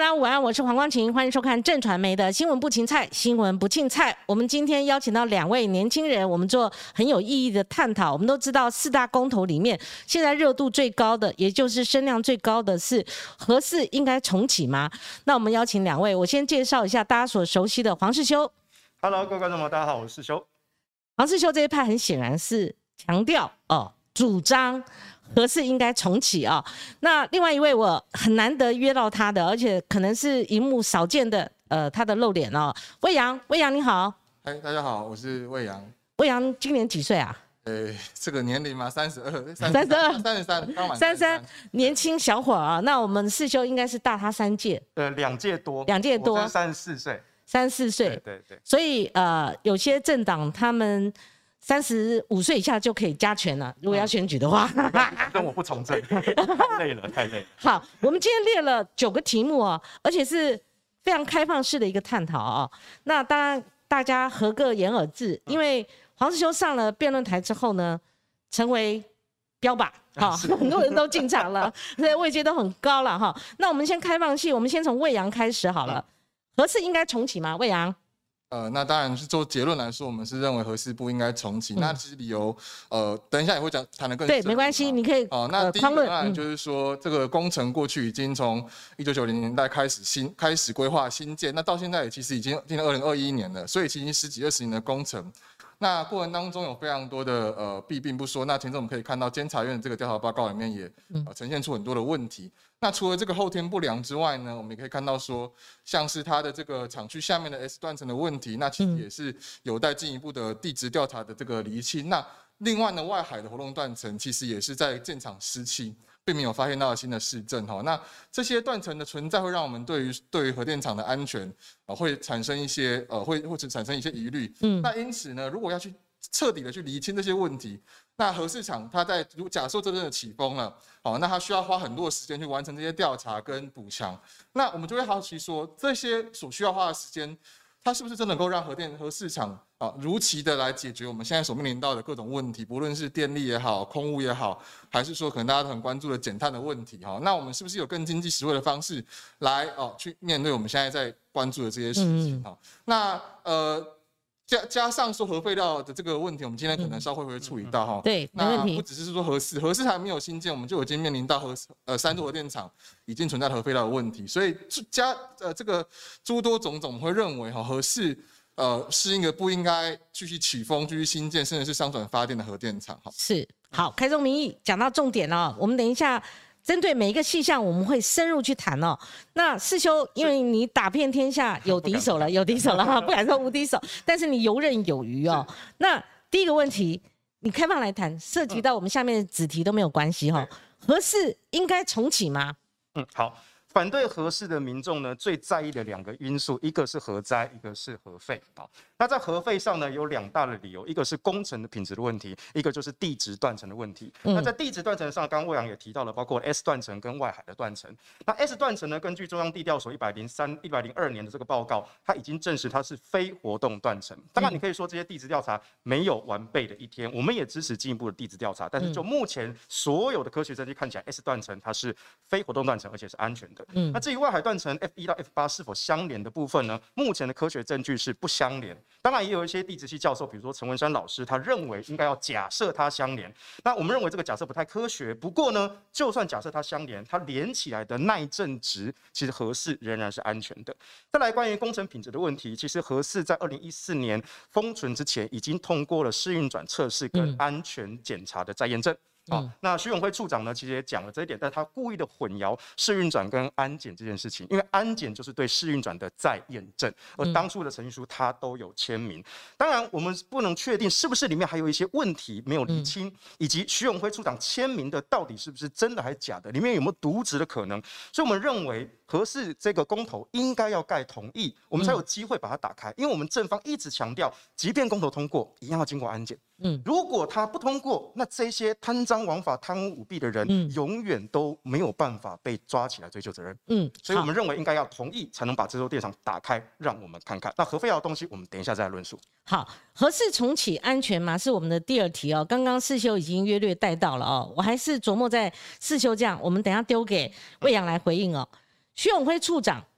安，午安，我是黄光芹，欢迎收看正传媒的新闻不芹菜，新闻不庆菜。我们今天邀请到2位年轻人，我们做很有意义的探讨。我们都知道4大公投里面，现在热度最高的，也就是声量最高的是核四应该重启吗？那我们邀请2位，我先介绍一下大家所熟悉的黄世修。 Hello， 各位观众朋友，大家好，我是世修。 黄世修这一派很显然是强调主张核四应该重启啊。那另外一位我很难得约到他的，而且可能是荧幕少见的他的露脸哦。魏扬你好。 大家好，我是魏扬。 魏扬今年几岁啊？ 这个年龄嘛，32，刚满 33，年轻小伙啊。那我们世修应该是大他3届 ，2届多 ，2届多， 我是34岁 ，34岁， 对。 所以有些政党他们35岁以下就可以加权了，如果要选举的话。 但我不从政，太累了。 好，我们今天列了9个题目哦，而且是非常开放式的一个探讨哦。那当然大家合个言而至，因为黄世修上了辩论台之后呢，成为标靶，很多人都进场了，所以位阶都很高了哈。那我们先开放戏，我们先从魏扬开始好了。核四应该重启吗？魏扬？ 那当然是做结论来说，我们是认为核四不应该重启。那其实理由，等一下也会谈得更对，没关系，你可以那第一个当然就是说，这个工程过去已经从1990年代开始规划新建，那到现在也其实已经进了2021年了，所以其实10几20年的工程。那过程当中有非常多的弊病不说，那前阵我们可以看到监察院的这个调查报告里面也呈现出很多的问题。那除了这个后天不良之外呢，我们也可以看到说，像是它的这个厂区下面的 S 断层的问题，那其实也是有待进一步的地质调查的这个厘清。那另外呢，外海的活动断层其实也是在建厂时期并没有发现到新的市政哈。那这些断层的存在会让我们对于核电厂的安全会产生一些会产生一些疑虑。那因此呢，如果要去彻底的去厘清这些问题，那核四厂它如假设真的起风了，那它需要花很多的时间去完成这些调查跟补强。那我们就会好奇说，这些所需要花的时间，它是不是真的能够让核四厂如期的来解决我们现在所面临到的各种问题，不论是电力也好、空污也好，还是说可能大家都很关注的减碳的问题那我们是不是有更经济实惠的方式来去面对我们现在在关注的这些事情那加上说核废料的这个问题，我们今天可能稍后会处理到对，没问题。 那不只是说核四还没有新建，我们就已经面临到3座核电厂已经存在的核废料的问题，所以这个诸多种种，我们会认为核四是一个不应该继续起风、继续新建，甚至是商转发电的核电厂是好，开宗明义讲到重点哦，我们等一下针对每一个细项，我们会深入去谈哦。那世修，因为你打遍天下有敌手了，不敢说无敌手，但是你游刃有余哦。那第一个问题，你开放来谈，涉及到我们下面的子题都没有关系哈。核四应该重启吗？ 好。反对核四的民众呢，最在意的2个因素，一个是核灾，一个是核废。那在核废上呢，有2大的理由，一个是工程的品质的问题，一个就是地质断层的问题。那在地质断层上，刚刚魏扬也提到了，包括 S 断层跟外海的断层。那 S 断层呢，根据中央地调所102年的这个报告，它已经证实它是非活动断层。当然，你可以说这些地质调查没有完备的一天，我们也支持进一步的地质调查。但是就目前所有的科学证据看起来 ，S 断层它是非活动断层，而且是安全的。那至于外海断层 F1到 F8是否相连的部分呢？目前的科学证据是不相连。当然，也有一些地质系教授，比如说陈文山老师，他认为应该要假设它相连。那我们认为这个假设不太科学。不过呢，就算假设它相连，它连起来的耐震值，其实核四仍然是安全的。再来，关于工程品质的问题，其实核四在2014年封存之前，已经通过了试运转测试跟安全检查的再验证。那徐永辉处长呢，其实也讲了这一点，但他故意的混淆试运转跟安检这件事情，因为安检就是对试运转的再验证，而当初的陈述书他都有签名。当然，我们不能确定是不是里面还有一些问题没有厘清，以及徐永辉处长签名的到底是不是真的还是假的，里面有没有渎职的可能。所以我们认为核四这个公投应该要盖同意，我们才有机会把它打开。因为我们正方一直强调，即便公投通过，一样要经过安检。如果他不通过，那这些贪赃枉法、贪污舞弊的人，永远都没有办法被抓起来追究责任。所以我们认为应该要同意，才能把这座电厂打开，让我们看看。那核废料的东西，我们等一下再来论述。 好，核四重启安全吗？是我们的第2题哦。刚刚世修已经约略带到了哦，我还是琢磨在世修这样，我们等一下丢给魏扬来回应哦。徐永辉处长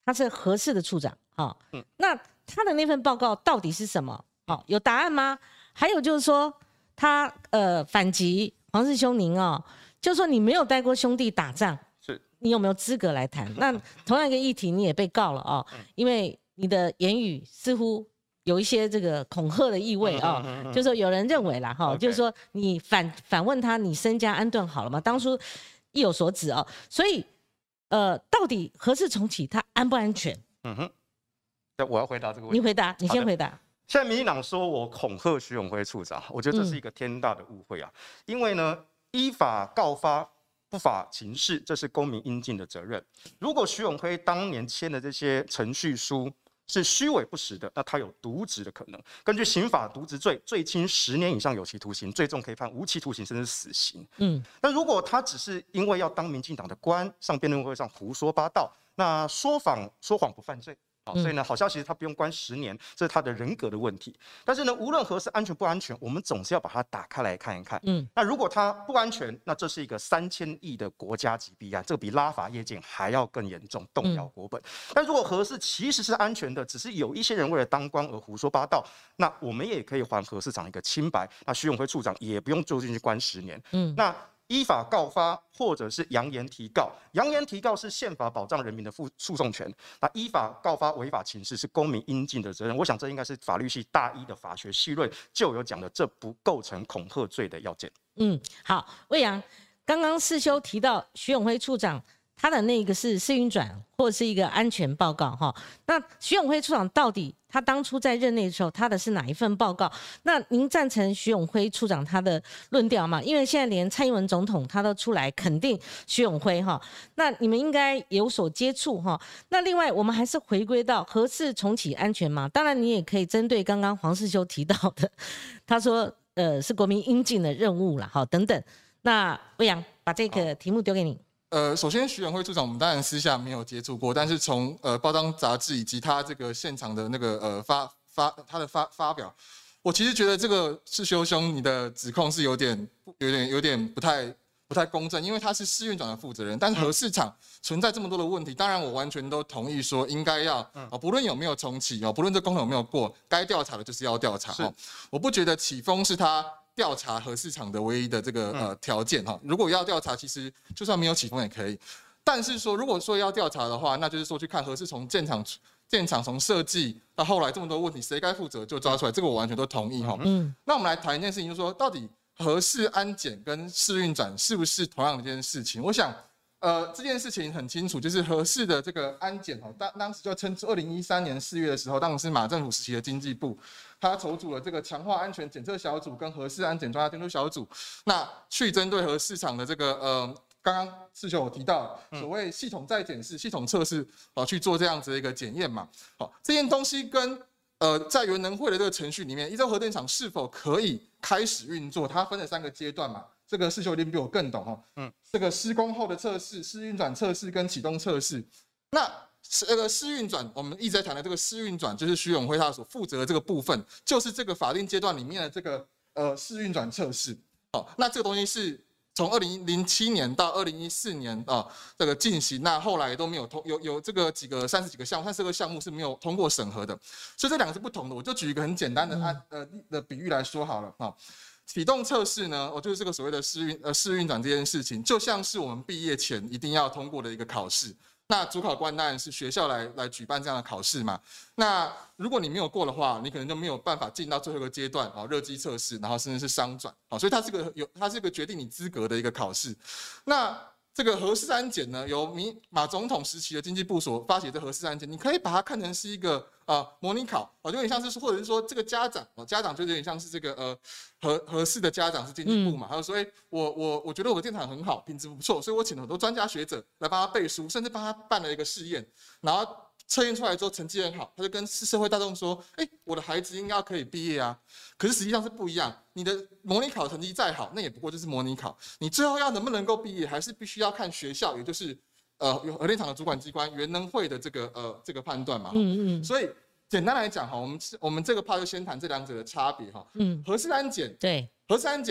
他是核四的处长，那他的那份报告到底是什么？有答案吗？还有就是说，他反击黄世修您就是说你没有带过兄弟打仗， 是你有没有资格来谈？那同样一个议题，你也被告了因为你的言语似乎有一些这个恐吓的意味就是说有人认为啦就是说你反问他，你身家安顿好了吗？当初意有所指所以到底核四重启它安不安全？ 我要回答这个问题。 你回答，你先回答。 现在民进党说我恐吓徐永辉处长，我觉得这是一个天大的误会因为呢，依法告发不法情事，这是公民应尽的责任。如果徐永辉当年签的这些程序书是虚伪不实的，那他有渎职的可能。根据刑法渎职罪，最轻10年以上有期徒刑，最重可以判无期徒刑甚至死刑。但如果他只是因为要当民进党的官，上辩论会上胡说八道，那说谎不犯罪。所以呢，好消息是他不用关10年，这是他的人格的问题。但是呢，无论核四安全不安全，我们总是要把它打开来看一看。那如果它不安全，那这是一个3000亿的国家级弊案，这个比拉法叶剑还要更严重，动摇国本。但如果核四其实是安全的，只是有一些人为了当官而胡说八道，那我们也可以还核四厂一个清白。那徐永辉处长也不用坐进去关10年。那依法告发或者是扬言提告，扬言提告是宪法保障人民的诉讼权，那依法告发违法情事是公民应尽的责任。我想这应该是法律系大一的法学系论就有讲的，这不构成恐吓罪的要件。 好，魏扬，刚刚世修提到徐永辉处长他的那个是试运转或者是一个安全报告那徐永辉处长到底他当初在任内的时候，他的是哪一份报告？那您赞成徐永辉处长他的论调吗？因为现在连蔡英文总统他都出来肯定徐永辉那你们应该有所接触那另外我们还是回归到核四重启安全吗？当然你也可以针对刚刚黄世修提到的，他说是国民应尽的任务啦等等。那魏扬把这个题目丢给你。 首先徐永辉处长我们当然私下没有接触过，但是从报章杂志以及他这个现场的那个发表，我其实觉得这个世修兄你的指控是有点不太公正，因为他是试运转的负责人，但是核四厂存在这么多的问题，当然我完全都同意说应该要不论有没有重启不论这公投有没有过，该调查的就是要调查我不觉得启丰是他调查核四厂的唯一的这个条件如果要调查，其实就算没有启丰也可以。但是说如果说要调查的话，那就是说去看核四从建厂从设计到后来这么多问题，谁该负责就抓出来，这个我完全都同意那我们来谈一件事情，就是说到底核四安检跟试运转是不是同样的一件事情？我想这件事情很清楚，就是核四的这个安检当时就称出2013年4月的时候，当时是马政府时期的经济部，他筹组了这个强化安全检测小组跟核四安检专家监督小组，那去针对核四厂的这个刚刚世修有提到所谓系统再检视、系统测试去做这样子的一个检验嘛。这件东西跟在原能会的这个程序里面，依照核电厂是否可以开始运作，它分了3个阶段嘛。这个世修一定比我更懂这个施工后的测试、试运转测试跟启动测试。那这个试运转，我们一直在谈的这个试运转，就是徐永辉他所负责的这个部分，就是这个法定阶段里面的这个试运转测试。那这个东西是从2007年到2014年这个进行，那后来都没有有这个30几个项目，30个项目是没有通过审核的，所以这2个是不同的。我就举一个很简单的比喻来说好了启动测试呢，就是这个所谓的试运转这件事情，就像是我们毕业前一定要通过的一个考试。那主考官当然是学校来举办这样的考试嘛。那如果你没有过的话，你可能就没有办法进到最后一个阶段热机测试，然后甚至是商转所以它是个决定你资格的一个考试。那这个核四安检呢，由马总统时期的经济部所发起的核四安检，你可以把它看成是一个模拟考就有点像是，或者是说这个家长就有点像是这个核四的家长是经济部嘛，他就说我觉得我的电厂很好，品质不错，所以我请了很多专家学者来帮他背书，甚至帮他办了一个试验，然后测验出来之后成绩很好，他就跟社会大众说，我的孩子应该可以毕业啊。可是实际上是不一样，你的模拟考成绩再好，那也不过就是模拟考，你最后能不能够毕业，还是必须要看学校，也就是核电厂的主管机关原能会的这个判断嘛。所以简单来讲我们这个 part 就先谈这2者的差别核四安检， 对， 核四安检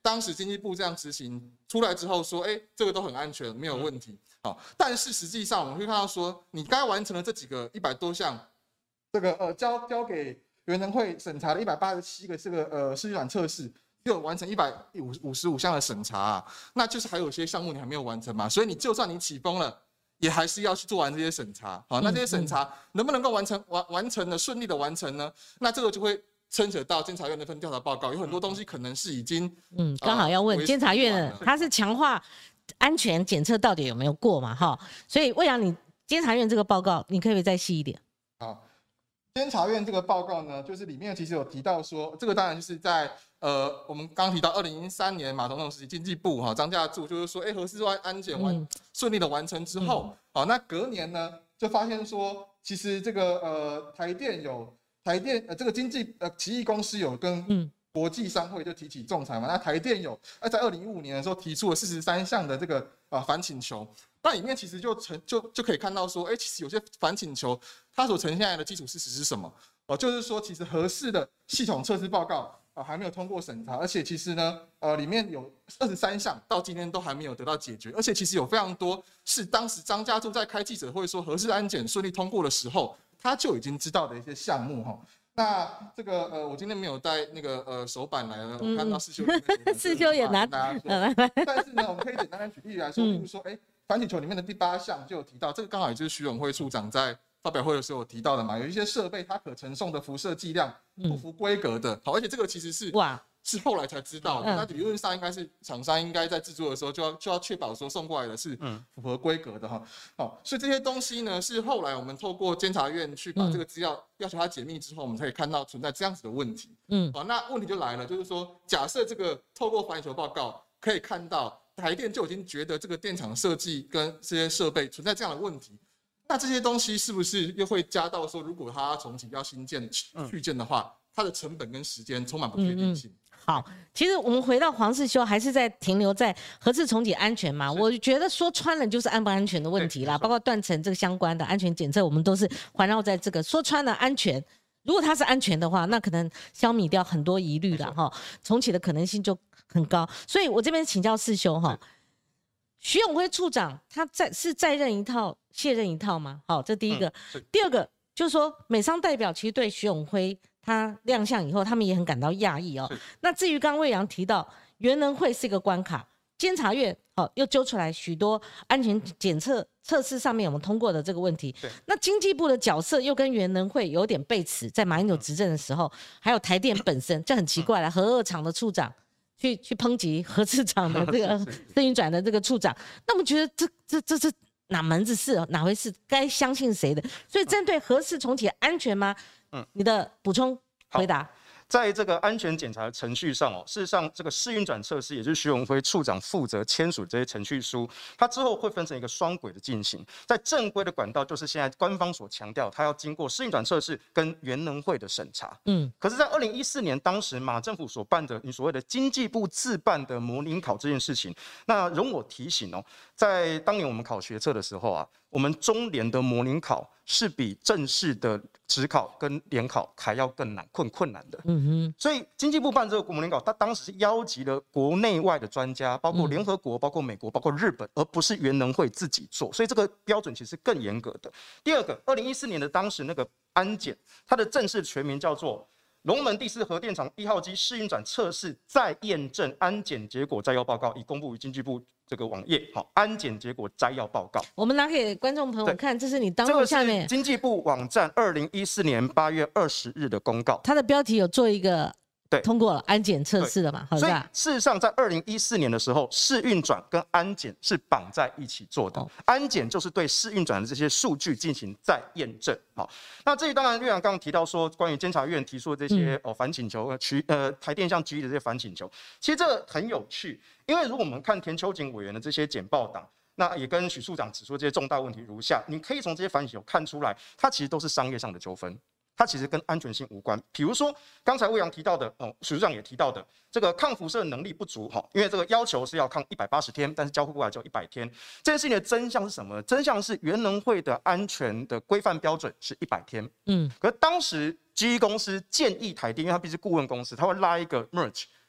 当时经济部这样执行出来之后说，这个都很安全，没有问题。好，但是实际上我们会看到说，你该完成了这几个100多项，这个交给原能会审查的187个这个试运转测试，只有完成155项的审查啊，那就是还有些项目你还没有完成嘛，所以你就算你起风了，也还是要去做完这些审查。好，那这些审查能不能够完成的顺利的完成呢？那这个就会牵扯到监察院那份调查报告，有很多东西可能是已经刚好要问监察院，它是强化安全检测到底有没有过嘛？哈，所以魏阳，你监察院这个报告，你可以再细一点。 好，监察院这个报告呢，就是里面其实有提到说，这个当然就是在我们刚提到2003年马总统时期，经济部张家柱就是说，核四安检顺利的完成之后，好，那隔年呢就发现说，其实这个台电这个奇异公司有跟国际商会就提起仲裁嘛，那台电有在2015年的时候提出了43项的这个反请求，那里面其实就可以看到说，其实有些反请求它所呈现来的基础事实是什么？就是说其实核四的系统测试报告还没有通过审查，而且其实呢里面有23项到今天都还没有得到解决，而且其实有非常多是当时张家柱在开记者会说核四安检顺利通过的时候，他就已经知道的一些项目哈。那这个我今天没有带那个手板来了，我看到世修也拿， 但是呢，我们可以简单举例来说，比如说，反请求里面的第8项就有提到，这个刚好也就是徐永辉处长在发表会的时候有提到的嘛，有一些设备它可承受的辐射剂量不符规格的，好，而且这个其实是后来才知道的，那理论上应该是厂商应该在制作的时候就要确保说送过来的是符合规格的哈。好，所以这些东西呢是后来我们透过监察院去把这个资料要求它解密之后，我们才可以看到存在这样子的问题。好，那问题就来了，就是说假设这个透过反请求报告可以看到台电就已经觉得这个电厂设计跟这些设备存在这样的问题，那这些东西是不是又会加到说，如果它重启要新建续建的话，它的成本跟时间充满不确定性？ 好，其实我们回到黄世修，还是在停留在核四重启安全嘛？我觉得说穿了就是安不安全的问题啦，包括断层这个相关的安全检测，我们都是环绕在这个。说穿了安全，如果它是安全的话，那可能消弭掉很多疑虑了哈，重启的可能性就很高。所以我这边请教世修哈，徐永辉处长他再任一套卸任一套吗？好，这第一个。第二个就是说，美商代表其实对徐永辉他亮相以后，他们也很感到讶异哦。那至于刚刚魏阳提到原能会是一个关卡，监察院又揪出来许多安全检测测试上面我们通过的这个问题。那经济部的角色又跟原能会有点背驰，在马英九执政的时候，还有台电本身，这很奇怪了，核二厂的处长去抨击核四厂的这个试运转的这个处长，那我们觉得这哪门子事，哪回事？该相信谁的？所以针对核四重启安全吗？你的补充回答。 在这个安全检查的程序上事实上这个试运转测试也就是徐永辉处长负责签署这些程序书，它之后会分成一个双轨的进行。在正规的管道，就是现在官方所强调，它要经过试运转测试跟原能会的审查。可是，在2014年，当时马政府所办的你所谓的经济部自办的模拟考这件事情，那容我提醒在当年我们考学测的时候我们中联的模拟考是比正式的指考跟联考还要更难困难的。所以经济部办这个模拟考，他当时是邀集了国内外的专家，包括联合国、包括美国、包括日本，而不是原能会自己做，所以这个标准其实更严格的。第二个，2014年的当时那个安检，它的正式全名叫做龙门第4核电厂1号机试运转测试再验证安检结果摘要报告，已公布于经济部这个网页。安检结果摘要报告，我们拿给观众朋友看，这是你当录下面经济部网站2014年8月20日的公告， 它的标题有做一个。通过了安检测试了嘛？ 所以事实上，在2014年的时候，试运转跟安检是绑在一起做的。安检就是对试运转的这些数据进行再验证。那至于当然，岳阳刚刚提到说，关于监察院提出的这些反请求，台电向基的这些反请求，其实这个很有趣，因为如果我们看田秋瑾委员的这些简报档。那也跟许处长指出这些重大问题如下，你可以从这些反请求看出来，它其实都是商业上的纠纷。它其实跟安全性无关。比如说，刚才魏阳提到的，许处长也提到的，这个抗辐射能力不足，因为这个要求是要抗180天，但是交付过来只有100天。这件事情的真相是什么呢？真相是原能会的安全的规范标准是100天。可是当时GE公司建议台电，因为它毕竟是顾问公司，它会拉一个 merge。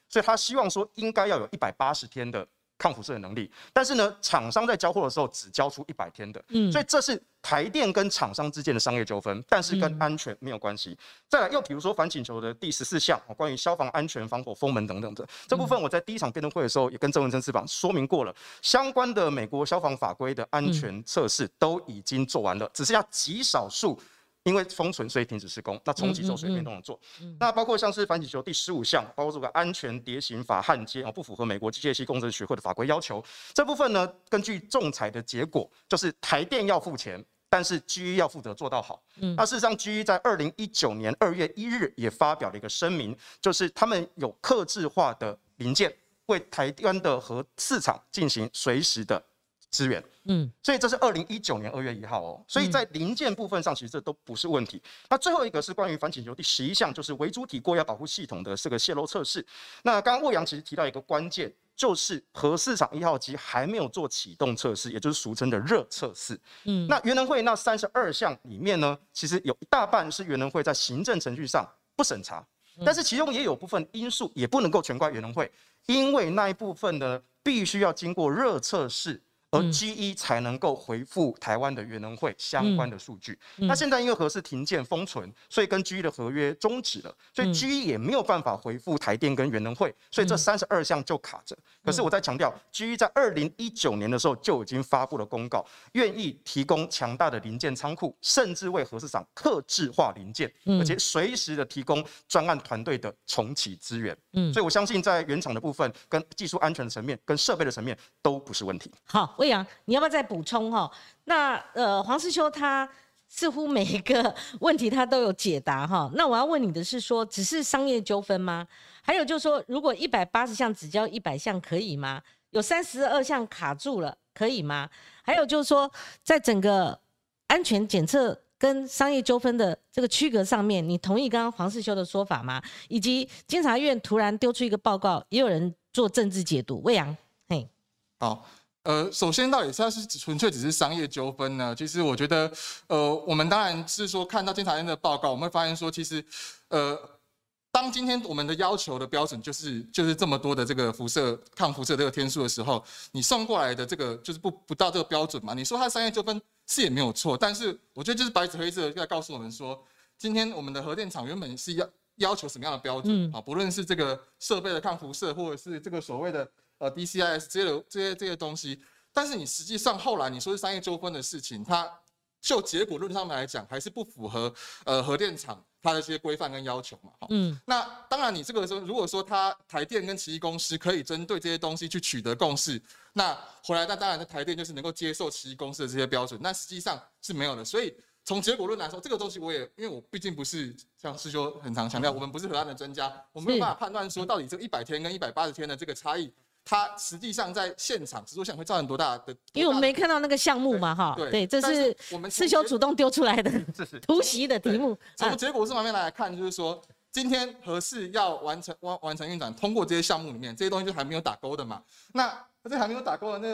所以他希望说应该要有180天的抗辐射的能力，但是呢，厂商在交货的时候只交出100天的，所以这是台电跟厂商之间的商业纠纷，但是跟安全没有关系。再来，又比如说反请求的第14项，关于消防安全、防火封门等等的这部分，我在第一场辩论会的时候也跟郑文灿司长说明过了，相关的美国消防法规的安全测试都已经做完了，只剩下极少数。因为封存，所以停止施工。那重启之后随便都能做。那包括像是反请求第15项，包括这个安全碟形法焊接不符合美国机械系工程学会的法规要求。这部分呢，根据仲裁的结果，就是台电要付钱，但是 GE 要负责做到好。那事实上 ，GE 在2019年2月1日也发表了一个声明，就是他们有客制化的零件，为台湾的核4厂进行随时的支援。所以这是2019年2月1号哦，所以在零件部分上，其实这都不是问题。那最后一个是关于反请求第11项，就是微主体过压保护系统的这个泄漏测试。那刚刚魏阳其实提到一个关键，就是核4厂1号机还没有做启动测试，也就是俗称的热测试。那原能会那32项里面呢，其实有一大半是原能会在行政程序上不审查，但是其中也有部分因素也不能够全怪原能会，因为那一部分呢必须要经过热测试。而 GE 才能够回复台湾的原能会相关的数据。那现在因为核四停建封存，所以跟 GE 的合约终止了，所以 GE 也没有办法回复台电跟原能会，所以这32项就卡着。可是我再强调 ，GE 在2019年的时候就已经发布了公告，愿意提供强大的零件仓库，甚至为核四厂客制化零件，而且随时的提供专案团队的重启资源。所以我相信在原厂的部分、跟技术安全的层面、跟设备的层面都不是问题。 好。魏阳，你要不要再补充哈？那黄士修他似乎每一个问题他都有解答哈。那我要问你的是说，只是商业纠纷吗？还有就是说，如果180项只交100项可以吗？有32项卡住了可以吗？还有就是说，在整个安全检测跟商业纠纷的这个区隔上面，你同意刚刚黄士修的说法吗？以及监察院突然丢出一个报告，也有人做政治解读。魏阳，嘿， 好。首先到底它是纯粹只是商业纠纷呢？其实我觉得，我们当然是说看到监察院的报告，我们会发现说，其实，当今天我们的要求的标准就是这么多的这个抗辐射这个天数的时候，你送过来的这个就是不到这个标准嘛？你说它的商业纠纷是也没有错，但是我觉得就是白纸黑字的在告诉我们说，今天我们的核电厂原本是要求什么样的标准啊？不论是这个设备的抗辐射，或者是这个所谓的DCIS 这些东西，但是你实际上后来你说是商业纠纷的事情，它就结果论上面来讲，还是不符合核电厂它的这些规范跟要求嘛。那当然你这个时候，如果说它台电跟奇异公司可以针对这些东西去取得共识，那回来那当然的台电就是能够接受奇异公司的这些标准，那实际上是没有的。所以从结果论来说，这个东西因为我毕竟不是像士修很常强调，我们不是核安的专家，我没有办法判断说到底这个100天跟180天的这个差异。它实际上在现场制作项会造成多大的？ 因为我们没看到那个项目嘛，哈，对，这是士修主动丢出来的突袭的题目。 从结果方面来看，就是说，今天核四要完成运转，通过这些项目里面，这些东西就还没有打勾的嘛。那这还没有打勾的那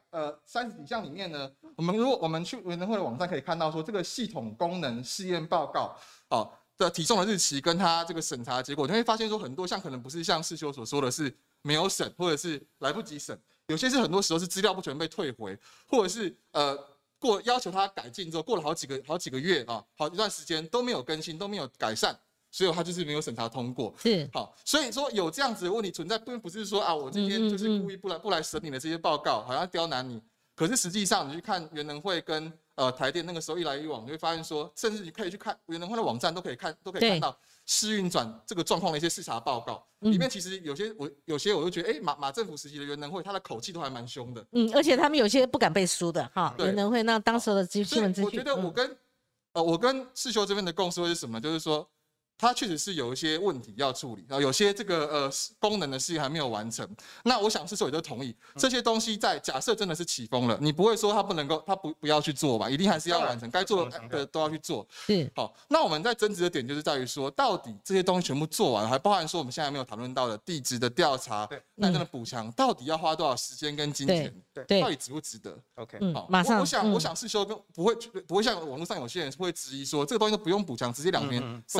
130几项里面呢，如果我们去原能会的网站可以看到说，这个系统功能试验报告的提送的日期跟它这个审查的结果，你会发现说很多项可能不是像士修所说的是没有审，或者是来不及审，有些是很多时候是资料不全被退回，或者是要求他改进之后，过了好几个月好一段时间都没有更新，都没有改善，所以他就是没有审查通过。 是好，所以说有这样子的问题存在，并不是说我今天就是故意不来审你的这些报告，好像刁难你。可是实际上你去看原能会跟台电那个时候一来一往，你会发现说，甚至你可以去看原能会的网站都可以看到试运转这个状况的一些视察报告，里面其实有些我就觉得，马政府时期的原能会，他的口气都还蛮凶的， 而且他们有些不敢背书的哈，原能会那当时的新闻资讯。 我觉得我跟士修这边的共识会是什么？就是说，它确实是有一些问题要处理，然后有些这个功能的事情还没有完成。那我想士修也都同意，这些东西在假设真的是起风了，你不会说他不要去做吧？一定还是要完成，该做的都要去做。 是好，那我们在争执的点就是在于说，到底这些东西全部做完，还包含说我们现在没有讨论到的地质的调查、耐震的补强，到底要花多少时间跟金钱？ 对， 到底值不值得 ？OK， 好， 马上我想士修不会像网络上有些人会质疑说，这个东西都不用补强，直接2年、3年就可以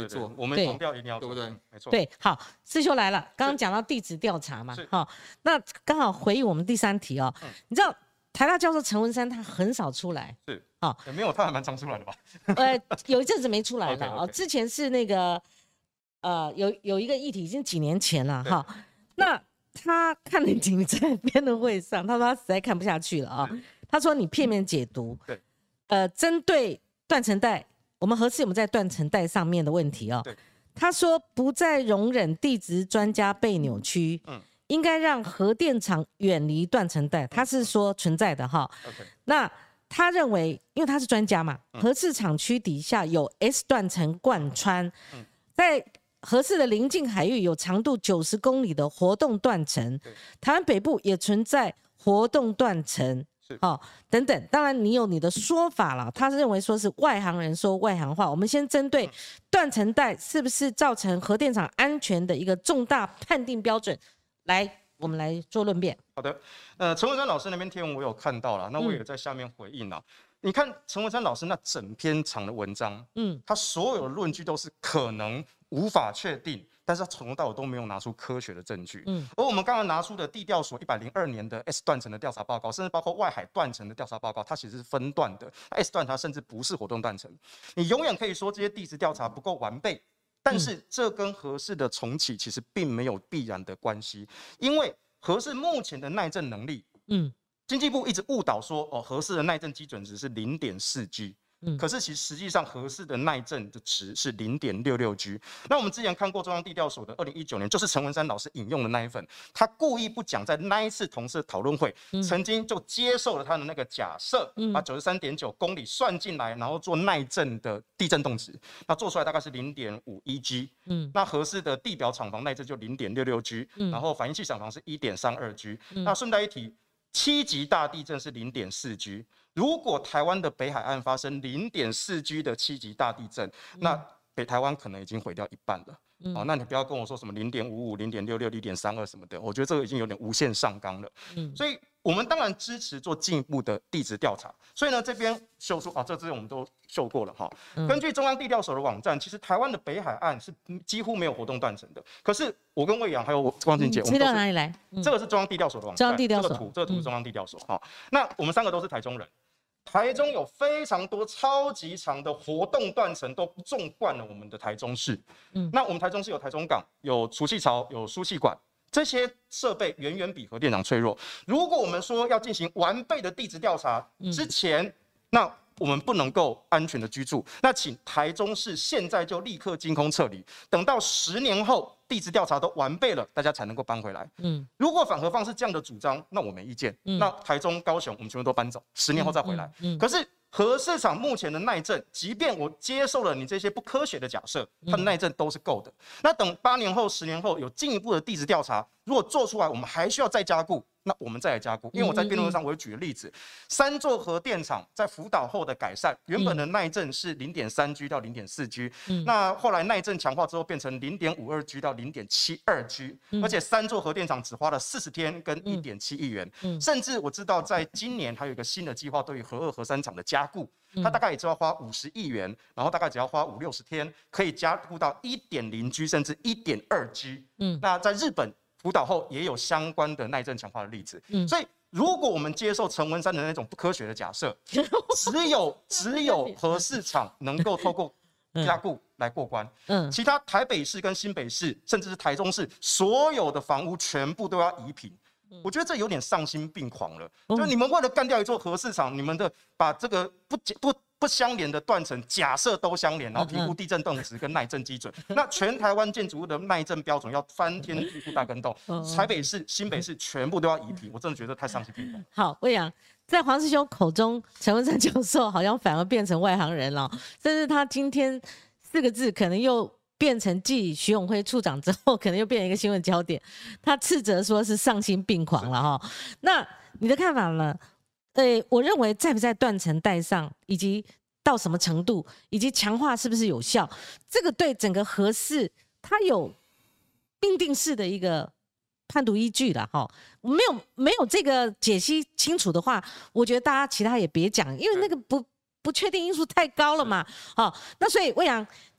以做。 我们强调一定要做， 对不对？ 没错。 对，好，思修来了，刚刚讲到地质调查嘛，好，那刚好回应我们第3题哦。你知道台大教授陈文山他很少出来， 是啊，也没有，他还蛮常出来的吧？ 有一阵子没出来了哦。 okay. 之前是那个有一个议题已经几年前了哈。那他看了你在辩论会上，他说他实在看不下去了啊。他说你片面解读， 对， 针对断层带，我们核四有没有在断层带上面的问题哦。 对， 他说不再容忍地质专家被扭曲，应该让核电厂远离断层带，他是说存在的哈。那他认为，因为他是专家嘛，核四厂区底下有 S 断层贯穿，在核四的邻近海域有长度90公里的活动断层，台湾北部也存在活动断层，等等。当然你有你的说法了，他认为说是外行人说外行话。我们先针对断层带是不是造成核电厂安全的一个重大判定标准我们来做论辩。 好的，陈文山老师那篇贴文我有看到了，那我也在下面回应了。你看陈文山老师那整篇长的文章，他所有的论据都是可能无法确定，但是他从头到尾都没有拿出科学的证据。而我们刚刚拿出的地调所102年的 S 断层的调查报告，甚至包括外海断层的调查报告，它其实是分段的。S 断它甚至不是活动断层，你永远可以说这些地质调查不够完备。但是这跟核四的重启其实并没有必然的关系，因为核四目前的耐震能力，经济部一直误导说，核四的耐震基准值是0.4G，可是其实实际上核四的耐震的值是0.66G。那我们之前看过中央地调所的2019年，就是陈文山老师引用的那一份，他故意不讲，在那一次同事的讨论会，曾经就接受了他的那个假设，把93.9公里算进来，然后做耐震的地震动值，那做出来大概是0.51G。那核四的地表厂房耐震就0.66G，然后反应器厂房是1.32G。那顺带一提，7级大地震是0.4G。如果台湾的北海岸发生0.4G 的7级大地震，那北台湾可能已经毁掉一半了。那你不要跟我说什么0.55、0.66、0.32什么的，我觉得这个已经有点无限上纲了。所以我们当然支持做进一步的地质调查。所以呢，这边秀出这资料我们都秀过了哈。根据中央地调所的网站，其实台湾的北海岸是几乎没有活动断层的。可是我跟魏阳还有光晴姐， 资料哪里来？ 这个是中央地调所的网站， 中央地调所这个图是中央地调所。那我们3个都是台中人。台中有非常多超级长的活动断层，都纵贯了我们的台中市。那我们台中市有台中港，有储气槽，有输气管，这些设备远远比核电厂脆弱。如果我们说要进行完备的地质调查之前，那我们不能够安全的居住，那请台中市现在就立刻净空撤离，等到10年后地质调查都完备了，大家才能够搬回来。如果反核方是这样的主张，那我没意见。那台中、高雄我们全部都搬走，10年后再回来。可是核市场目前的耐震，即便我接受了你这些不科学的假设，它的耐震都是够的。那等8年后、10年后有进一步的地质调查，如果做出来，我们还需要再加固，那我们再来加固。因为我在辩论上我有举个例子，3座核电厂在福岛后的改善，原本的耐震是0.3G 到0.4G，那后来耐震强化之后变成0.52G 到0.72G，而且3座核电厂只花了40天跟1.7亿元，甚至我知道在今年还有一个新的计划，对于核2、核3厂的加固，它大概也只要花50亿元，然后大概只要花50、60天，可以加固到1.0G 甚至1.2G。那在日本福岛后也有相关的耐震强化的例子。所以如果我们接受陈文山的那种不科学的假设，只有核市场能够透过加固来过关，其他台北市跟新北市，甚至是台中市所有的房屋全部都要移平。我觉得这有点丧心病狂了。就你们为了干掉一座核市场，你们的把这个不相连的断层假设都相连，然后评估地震动值跟耐震基准，那全台湾建筑物的耐震标准要翻天地覆大跟斗，台北市、新北市全部都要移平，我真的觉得太丧心病狂。 好，魏阳，在黄师兄口中，陈文山教授好像反而变成外行人了，甚至他今天4个字可能又变成继徐永辉处长之后，可能又变成一个新闻焦点。他斥责说是丧心病狂了哈。那你的看法呢？我认为在不在断层带上，以及到什么程度，以及强化是不是有效，这个对整个核四它有定定式的一个判读依据了哈。没有这个解析清楚的话，我觉得大家其他也别讲，因为那个不确定因素太高了嘛。好，那所以魏阳，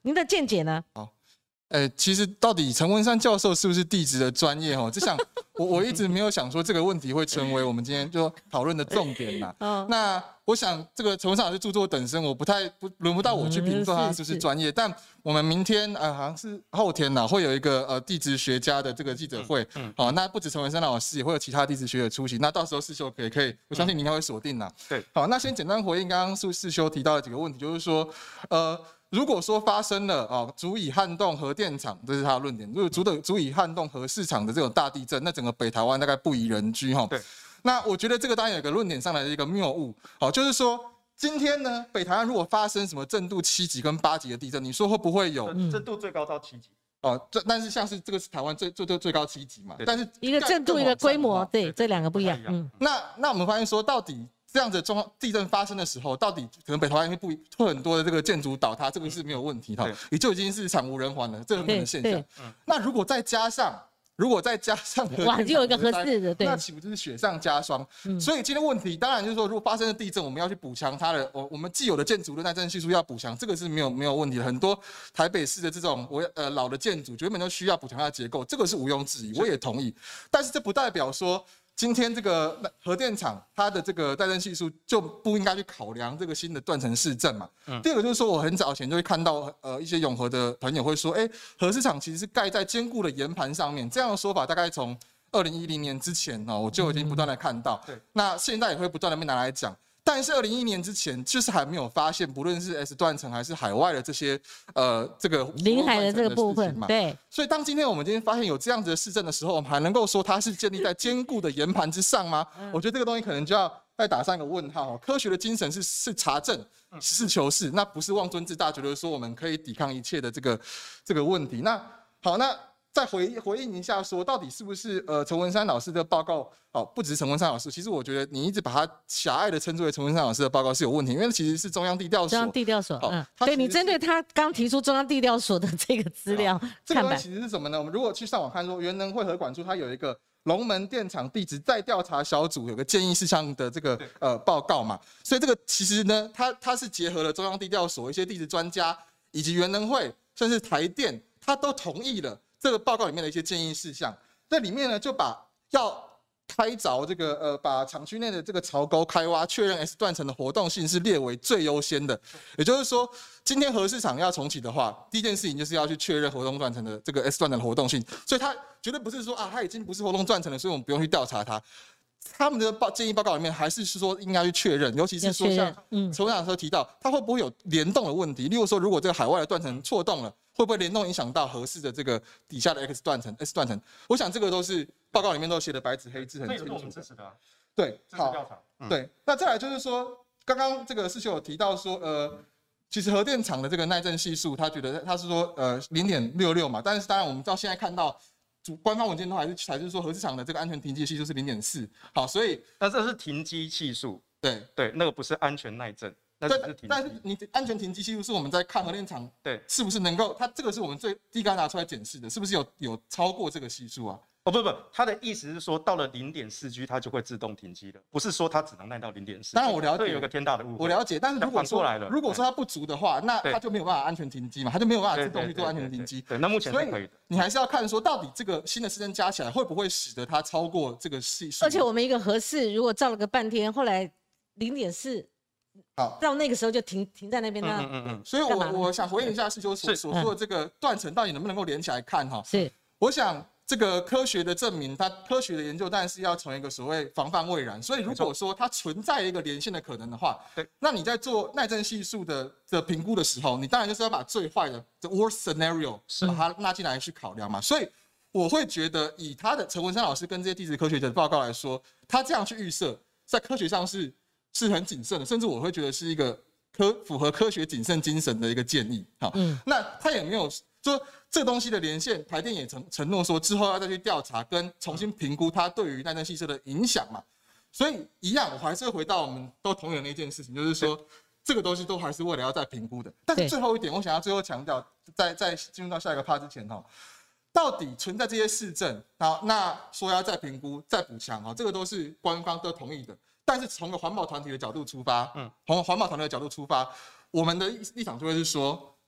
您的见解呢？ 其实到底陈文山教授是不是地质的专业哦？这我一直没有想说这个问题会成为我们今天就讨论的重点呐。那我想这个陈文山老师著作等身，轮不到我去评断他是不是专业。但我们明天好像是后天呐，会有一个地质学家的这个记者会。好，那不止陈文山老师，也会有其他地质学者出席。那到时候世修可以，我相信你应该会锁定呐。 对， 好，那先简单回应刚刚世修提到的几个问题，就是说如果说发生了足以撼动核电厂，这是他的论点。如果足以撼动核市场的这种大地震，那整个北台湾大概不宜人居哈。 对。 那我觉得这个当然有一个论点上来的一个谬误，就是说今天呢，北台湾如果发生什么震度7级跟8级的地震，你说会不会有？ 震度最高到7级。 但是像是这个是台湾最高7级嘛，但是一个震度一个规模，对，这两个不一样。 那我们发现说到底。这样子的地震发生的时候，到底可能北台湾会很多的这个建筑倒塌，这个是没有问题也就已经是惨无人寰了，这很可能现象。那如果再加上哇，就有一个合适的，对， 那岂不就是雪上加霜？所以今天问题当然就是说，如果发生了地震，我们要去补强它的我们既有的建筑的耐震系数要补强，这个是没有问题的。很多台北市的这种老的建筑，原本就需要补强它的结构，这个是毋庸置疑，我也同意。但是这不代表说。今天这个核电厂它的这个耐震系数就不应该去考量这个新的断层市政嘛。第二个就是说，我很早前就会看到一些永和的朋友会说，核市场其实是盖在坚固的岩盘上面，这样的说法大概从2010年之前我就已经不断的看到。那现在也会不断的被拿来讲。但是2011年之前，就是还没有发现，不论是 S 断层还是海外的这些这个临海的这个部分嘛，对。 所以当今天我们发现有这样子的市政的时候，我们还能够说它是建立在坚固的岩盘之上吗？我觉得这个东西可能就要再打上一个问号。科学的精神是查证、实事求是，那不是妄尊自大，觉得说我们可以抵抗一切的这个问题。那好，那。再回应一下，说到底是不是陈文山老师的报告？不只是陈文山老师，其实我觉得你一直把他狭隘的称之为陈文山老师的报告是有问题，因为其实是中央地调所。 中央地调所，对你针对他刚提出中央地调所的这个资料， 这个东西其实是什么呢？我们如果去上网看，说原能会核管处它有一个龙门电厂地质再调查小组有个建议事项的这个报告嘛，所以这个其实呢，它是结合了中央地调所一些地质专家以及原能会甚至台电，他都同意了。这个报告里面的一些建议事项，在里面呢就把要开凿这个把厂区内的这个槽沟开挖，确认 S 断层的活动性是列为最优先的。也就是说，今天核市场要重启的话，第一件事情就是要去确认活动断层的这个 S 断层的活动性。所以它绝对不是说它已经不是活动断层了，所以我们不用去调查它。他们的建议报告里面还是说应该去确认，尤其是说像陈文长提到，它会不会有联动的问题？例如说，如果这个海外的断层错动了，会不会联动影响到核市的这个底下的 S 断层？我想这个都是报告里面都写的白纸黑字很清楚。这也是我们支持的。对，好，对。那再来就是说，刚刚这个世修有提到说，其实核电厂的这个耐震系数，他觉得他是说0.66嘛，但是当然我们到现在看到。官方文件都还是说核市场的这个安全停机系数是0.4，好，所以那这是停机系数， 对， 那个不是安全耐震，那是停机。但是你安全停机系数是我们在看核电厂是不是能够，它这个是我们第一个拿出来检视的，是不是有超过这个系数啊？ 不，他的意思是说，到了0.4G 它就会自动停机了，不是说它只能耐到0.4。 当然我了解， 会有个天大的误会。 我了解，但是如果说它不足的话，那它就没有办法安全停机嘛，它就没有办法自动去做安全停机。 对，那目前是可以的。 你还是要看说，到底这个新的市政加起来会不会使得它超过这个系数？ 而且我们一个核试，如果照了个半天，后来0.4。好，到那个时候就停在那边呢。 所以我想回应一下世修所说的这个断层到底能不能够连起来看哈？ 是， 我想。这个科学的证明，它科学的研究当然是要从一个所谓防范未然。所以如果说它存在一个连线的可能的话，那你在做耐震系数的评估的时候，你当然就是要把最坏的 the worst scenario 把它纳进来去考量嘛。所以我会觉得，以他的陈文山老师跟这些地质科学者的报告来说，他这样去预设，在科学上是很谨慎的，甚至我会觉得是一个符合科学谨慎精神的一个建议。好，那他也没有说。这个东西的连线，台电也承诺说之后要再去调查跟重新评估它对于耐震系数的影响嘛。所以一样，我还是会回到我们都同意的那件事情，就是说这个东西都还是为了要再评估的。但是最后一点，我想要最后强调，在进入到下一个 part 之前到底存在这些市政，那说要再评估、再补强这个都是官方都同意的。但是从个环保团体的角度出发，从环保团体的角度出发，我们的立场就会是说。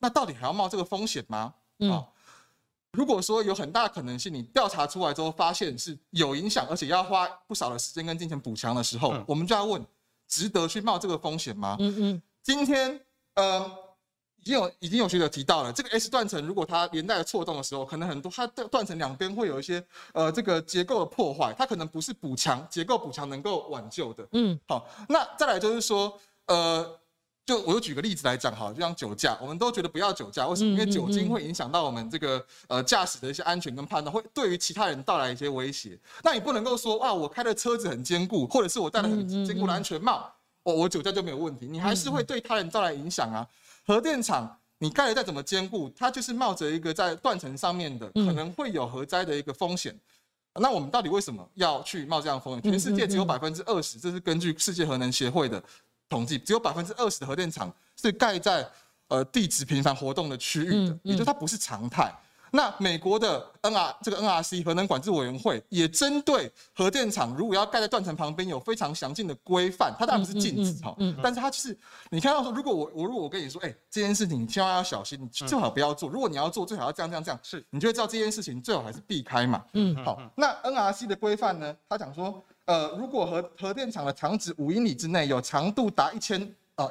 那到底还要冒这个风险吗？如果说有很大的可能性，你调查出来之后发现是有影响，而且要花不少的时间跟金钱补强的时候，我们就要问：值得去冒这个风险吗？今天已经有学者提到了，这个 S 断层如果它连带的错动的时候，可能很多它断层两边会有一些这个结构的破坏，它可能不是补强结构补强能够挽救的。好，那再来就是说我就举个例子来讲，好，就像酒驾，我们都觉得不要酒驾，为什么？因为酒精会影响到我们这个驾驶的一些安全跟判断，会对于其他人带来一些威胁。那你不能够说我开的车子很坚固，或者是我戴了很坚固的安全帽，我酒驾就没有问题，你还是会对他人带来影响啊。核电厂你盖的再怎么坚固，它就是冒着一个在断层上面的可能会有核灾的一个风险。那我们到底为什么要去冒这样的风险？全世界只有20%，这是根据世界核能协会的统计，只有20%的核电厂是盖在地质频繁活动的区域的，也就是它不是常态。那美国的NRC 核能管制委员会也针对核电厂如果要盖在断层旁边有非常详尽的规范，它当然不是禁止但是它就是你看到说，如果我跟你说，这件事情你千万要小心，你最好不要做。如果你要做，最好要这样，是你就会知道这件事情最好还是避开嘛。好，那 NRC 的规范呢，他讲说，如果核电厂的厂址5英里之内有长度达1000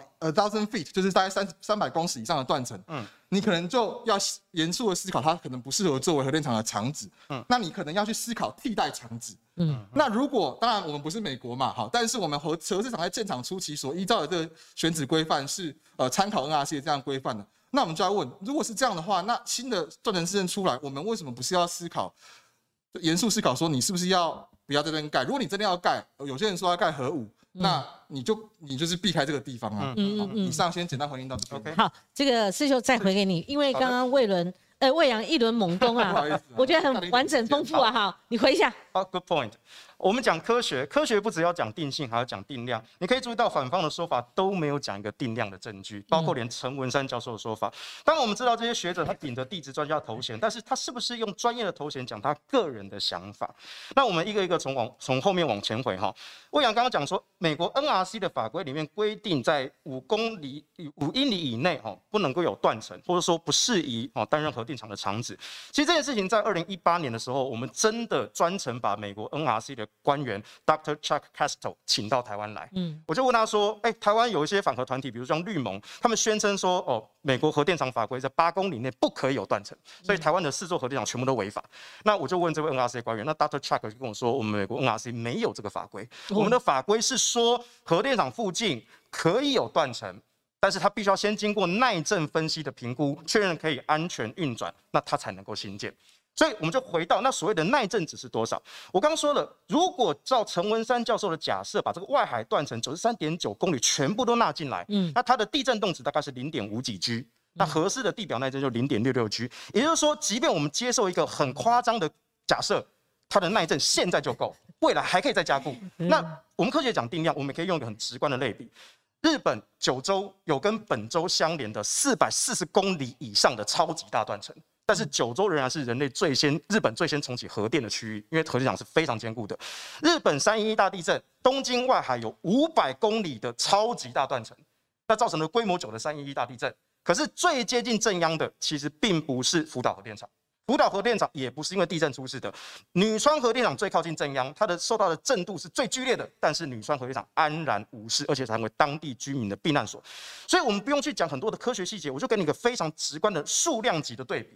feet， 就是大概300公尺以上的断层，你可能就要严肃的思考，它可能不适合作为核电厂的厂址。那你可能要去思考替代厂址。那如果当然我们不是美国嘛，好，但是我们核电厂在建厂初期所依照的这个选址规范是参考 NRC 的这样规范的。那我们就要问，如果是这样的话，那新的断层事件出来，我们为什么不是要思考？严肃思考说，你是不是不要在这边盖？如果你真的要盖，有些人说要盖核武，那你就是避开这个地方啊。以上先简单回应到这边。 好，这个世修再回给你，因为刚刚魏阳一轮猛攻啊，我觉得很完整丰富啊。好，你回一下。 Good point。我们讲科学不只要讲定性，还要讲定量。你可以注意到反方的说法都没有讲一个定量的证据，包括连陈文山教授的说法。当然我们知道这些学者他顶着地质专家头衔，但是他是不是用专业的头衔讲他个人的想法？那我们一个一个从后面往前回哈。魏阳刚刚讲说，美国 NRC 的法规里面规定，在5英里以内不能够有断层，或者说不适宜担任核电厂的厂址。其实这件事情在2018年的时候，我们真的专程把美国 NRC 的官员 Dr. Chuck Castle 请到台湾来，我就问他说，台湾有一些反核团体，比如像绿盟，他们宣称说，美国核电厂法规在8公里内不可以有断层，所以台湾的4座核电厂全部都违法。那我就问这位 NRC 官员，那 Dr. Chuck 就跟我说，我们美国 NRC 没有这个法规，我们的法规是说核电厂附近可以有断层，但是它必须要先经过耐震分析的评估，确认可以安全运转，那它才能够新建。所以我们就回到那所谓的耐震值是多少？我刚刚说了，如果照陈文山教授的假设，把这个外海断层93.9公里全部都纳进来，那它的地震动值大概是0.5几 G， 那合适的地表耐震就0.66 G。也就是说，即便我们接受一个很夸张的假设，它的耐震现在就够，未来还可以再加固。那我们科学讲定量，我们也可以用一个很直观的类比。日本九州有跟本州相连的440公里以上的超级大断层。但是九州仍然是日本最先重启核电的区域，因为核电厂是非常坚固的。日本311大地震，东京外海有500公里的超级大断层，那造成了规模9的311大地震。可是最接近震央的，其实并不是福岛核电厂。福岛核电厂也不是因为地震出事的，女川核电厂最靠近震央，它受到的震度是最剧烈的，但是女川核电厂安然无事，而且成为当地居民的避难所。所以我们不用去讲很多的科学细节，我就给你一个非常直观的数量级的对比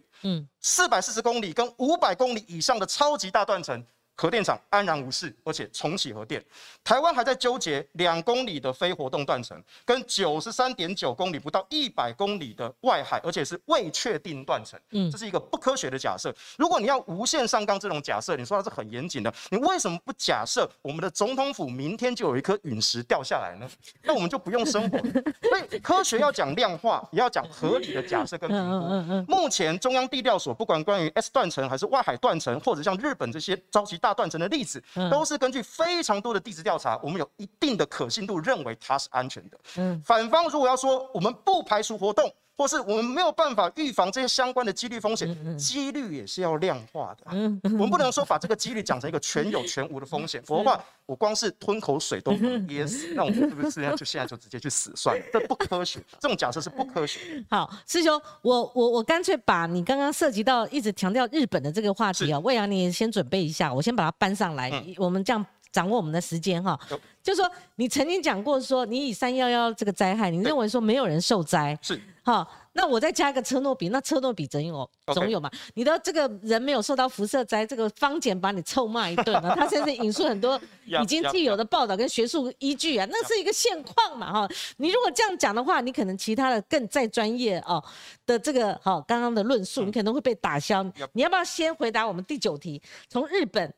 ，440公里跟500公里以上的超级大断层。核电厂安然无事，而且重启核电。台湾还在纠结2公里的非活动断层，跟93.9公里不到100公里的外海，而且是未确定断层。这是一个不科学的假设。如果你要无限上纲这种假设，你说它是很严谨的，你为什么不假设我们的总统府明天就有一颗陨石掉下来呢？那我们就不用生活。所以科学要讲量化，也要讲合理的假设跟评估。目前中央地调所不管关于 S 断层还是外海断层，或者像日本这些超级大大断层的例子，都是根据非常多的地质调查，我们有一定的可信度，认为它是安全的。反方如果要说我们不排除活动，或是我们没有办法预防这些相关的几率风险，几率也是要量化的。我们不能说把这个几率讲成一个全有全无的风险，否则的话，我光是吞口水都噎死，那我们是不是现在就直接去死算了？这不科学，这种假设是不科学。 好，师兄，我干脆把你刚刚涉及到一直强调日本的这个话题啊，魏阳你也先准备一下，我先把它搬上来，我们这样掌握我们的时间哈。就是说，你曾经讲过说，你以311这个灾害，你认为说没有人受灾， 是好，那我再加一个车诺比，那车诺比总有嘛？你的这个人没有受到辐射灾，这个方简把你臭骂一顿了，他甚至引述很多已经既有的报道跟学术依据啊，那是一个现况嘛哈。你如果这样讲的话，你可能其他的更再专业哦的这个刚刚的论述，你可能会被打消。你要不要先回答我们第9题？从日本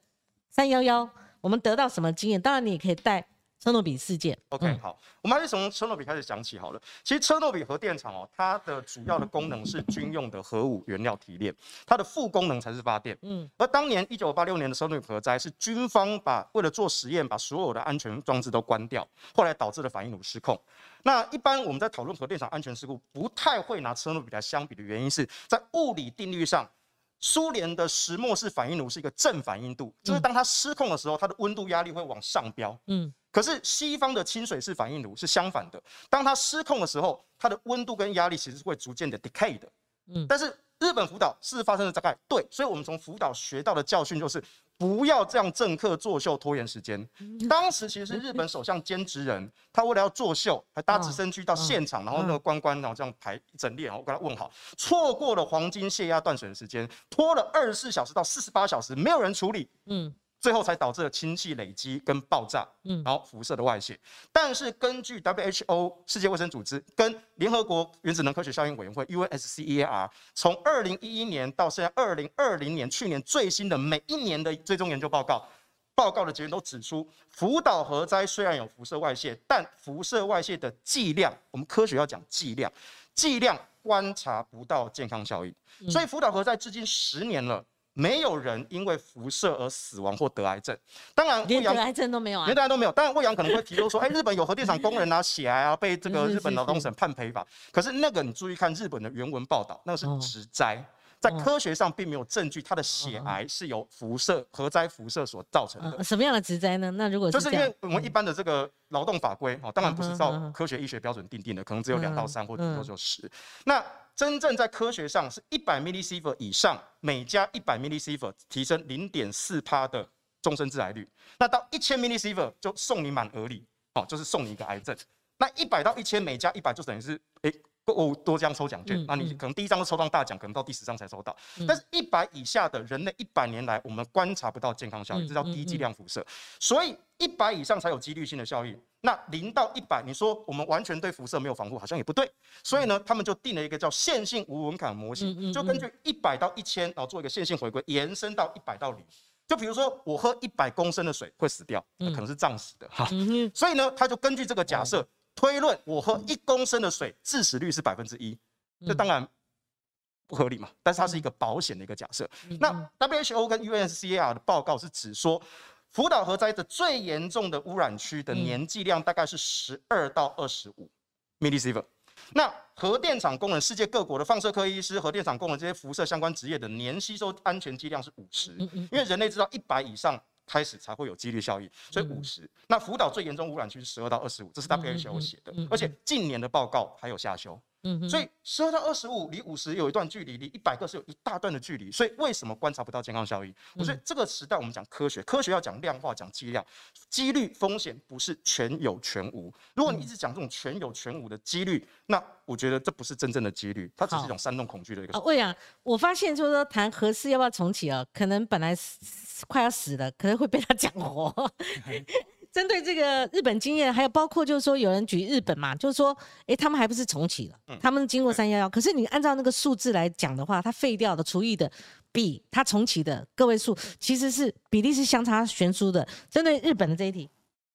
311我们得到什么经验？当然你也可以带车诺比事件。 OK， 好，我们还是从车诺比开始讲起好了。其实车诺比核电厂它的主要的功能是军用的核武原料提炼，它的副功能才是发电。而当年1986年的车诺比核灾是军方为了做实验，把所有的安全装置都关掉，后来导致了反应炉失控。那一般我们在讨论核电厂安全事故，不太会拿车诺比来相比的原因是在物理定律上。苏联的石墨式反应炉是一个正反应度，就是当它失控的时候，它的温度压力会往上飙。可是西方的清水式反应炉是相反的，当它失控的时候，它的温度跟压力其实会逐渐的 decay 的。但是日本福岛是发生的大概对，所以我们从福岛学到的教训就是不要这样政客作秀拖延时间。当时其实是日本首相菅直人，他为了要作秀，还搭直升机到现场，然后那个关关然后这样排一整列，然后跟他问好，错过了黄金泄压断水的时间，拖了24小时到48小时，没有人处理。最后才导致了氢气累积跟爆炸，然后辐射的外泄。但是根据 WHO 世界卫生组织跟联合国原子能科学效应委员会 UNSCEAR 从2011年到现在2020年去年最新的每一年的追踪研究报告的结论都指出，福岛核灾虽然有辐射外泄，但辐射外泄的剂量，我们科学要讲剂量观察不到健康效益。所以福岛核灾至今10年了。没有人因为辐射而死亡或得癌症，当然连得癌症都没有啊， 连得癌都没有。当然，魏阳可能会提出说，日本有核电厂工人血癌啊，被这个日本劳动省判赔法。可是那个你注意看日本的原文报道，那个是植灾，在科学上并没有证据，它的血癌是由核灾辐射所造成的。 什么样的植灾呢？那如果就是因为我们一般的这个劳动法规当然不是照科学医学标准定定的，可能只有2到3或顶多就10。那真正在科学上是100 millisiever 以上，每加100 millisiever 提升0.4%的终身致癌率。那到1000 millisiever 就送你满额礼，就是送你一个癌症。那100到1000每加100就等于是多张抽奖券，那你可能第1张就抽到大奖，可能到第10张才抽到。但是100以下的人类100年来我们观察不到健康效益，这叫低剂量辐射。所以100以上才有几率性的效益。那0到100，你说我们完全对辐射没有防护，好像也不对。所以呢，他们就定了一个叫线性无门槛模型，就根据100到1000，然后做一个线性回归，延伸到100到0。就比如说我喝100公升的水会死掉，可能是胀死的哈。所以呢，他就根据这个假设推论，我喝1公升的水致死率是1%，这当然不合理嘛。但是它是一个保险的一个假设。那 WHO 跟 UNSCEAR 的报告是指说，福岛核灾的最严重的污染区的年剂量大概是12到25 millisiever。那核电厂工人，世界各国的放射科医师、核电厂工人这些辐射相关职业的年吸收安全剂量是50，因为人类知道100以上开始才会有几率效益，所以50。那福岛最严重污染区是12到25，这是 WHO 写的，而且近年的报告还有下修。所以12到25离50有一段距离，离100个是有一大段的距离。所以为什么观察不到健康效益？我觉得这个时代我们讲科学，科学要讲量化、讲剂量，几率风险不是全有全无。如果你一直讲这种全有全无的几率，那我觉得这不是真正的几率，它只是一种煽动恐惧的一个。 魏阳，我发现就是说谈核四要不要重启可能本来快要死了，可能会被他讲活。针对这个日本经验，还有包括就是说有人举日本嘛，就是说，他们还不是重启了，他们经过311，可是你按照那个数字来讲的话，它废掉的、除役的，比它重启的个位数，其实是比例是相差悬殊的。针对日本的这一题，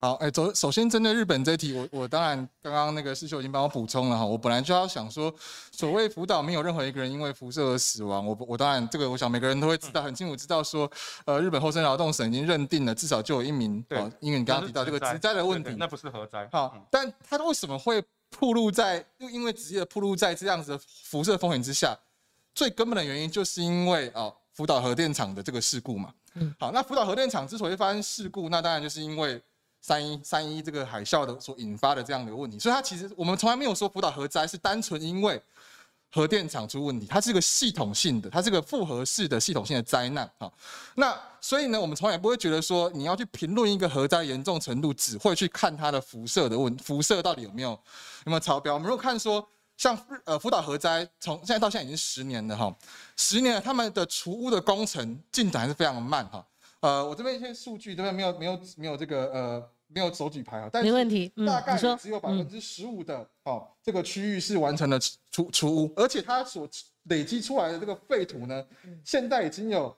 好，首先针对日本这一题，我当然刚刚那个世修已经帮我补充了哈，我本来就要想说，所谓福岛没有任何一个人因为辐射而死亡，我当然这个我想每个人都会知道，很清楚知道说，日本厚生劳动省已经认定了至少就有1名，因为你刚刚提到这个职灾的问题， 那不是核灾。 好，但他为什么会暴露在因为直接的暴露在这样子的辐射风险之下？最根本的原因就是因为福岛核电厂的这个事故嘛。好，那福岛核电厂之所以发生事故，那当然就是因为3.1这个海啸的所引发的这样的问题，所以它其实我们从来没有说福岛核灾是单纯因为核电厂出问题，它是个系统性的，它是个复合式的系统性的灾难。好，那所以呢，我们从来不会觉得说你要去评论一个核灾严重程度，只会去看它的辐射到底有没有超标。我们如果看说像福岛核灾从现在到现在已经10年了哈，10年了，他们的除污的工程进展还是非常的慢哈。我这边一些数据这边没有这个没有手举牌啊，但是没问题， 大概只有15%的这个区域是完成了除污，而且它所累积出来的这个废土呢，现在已经有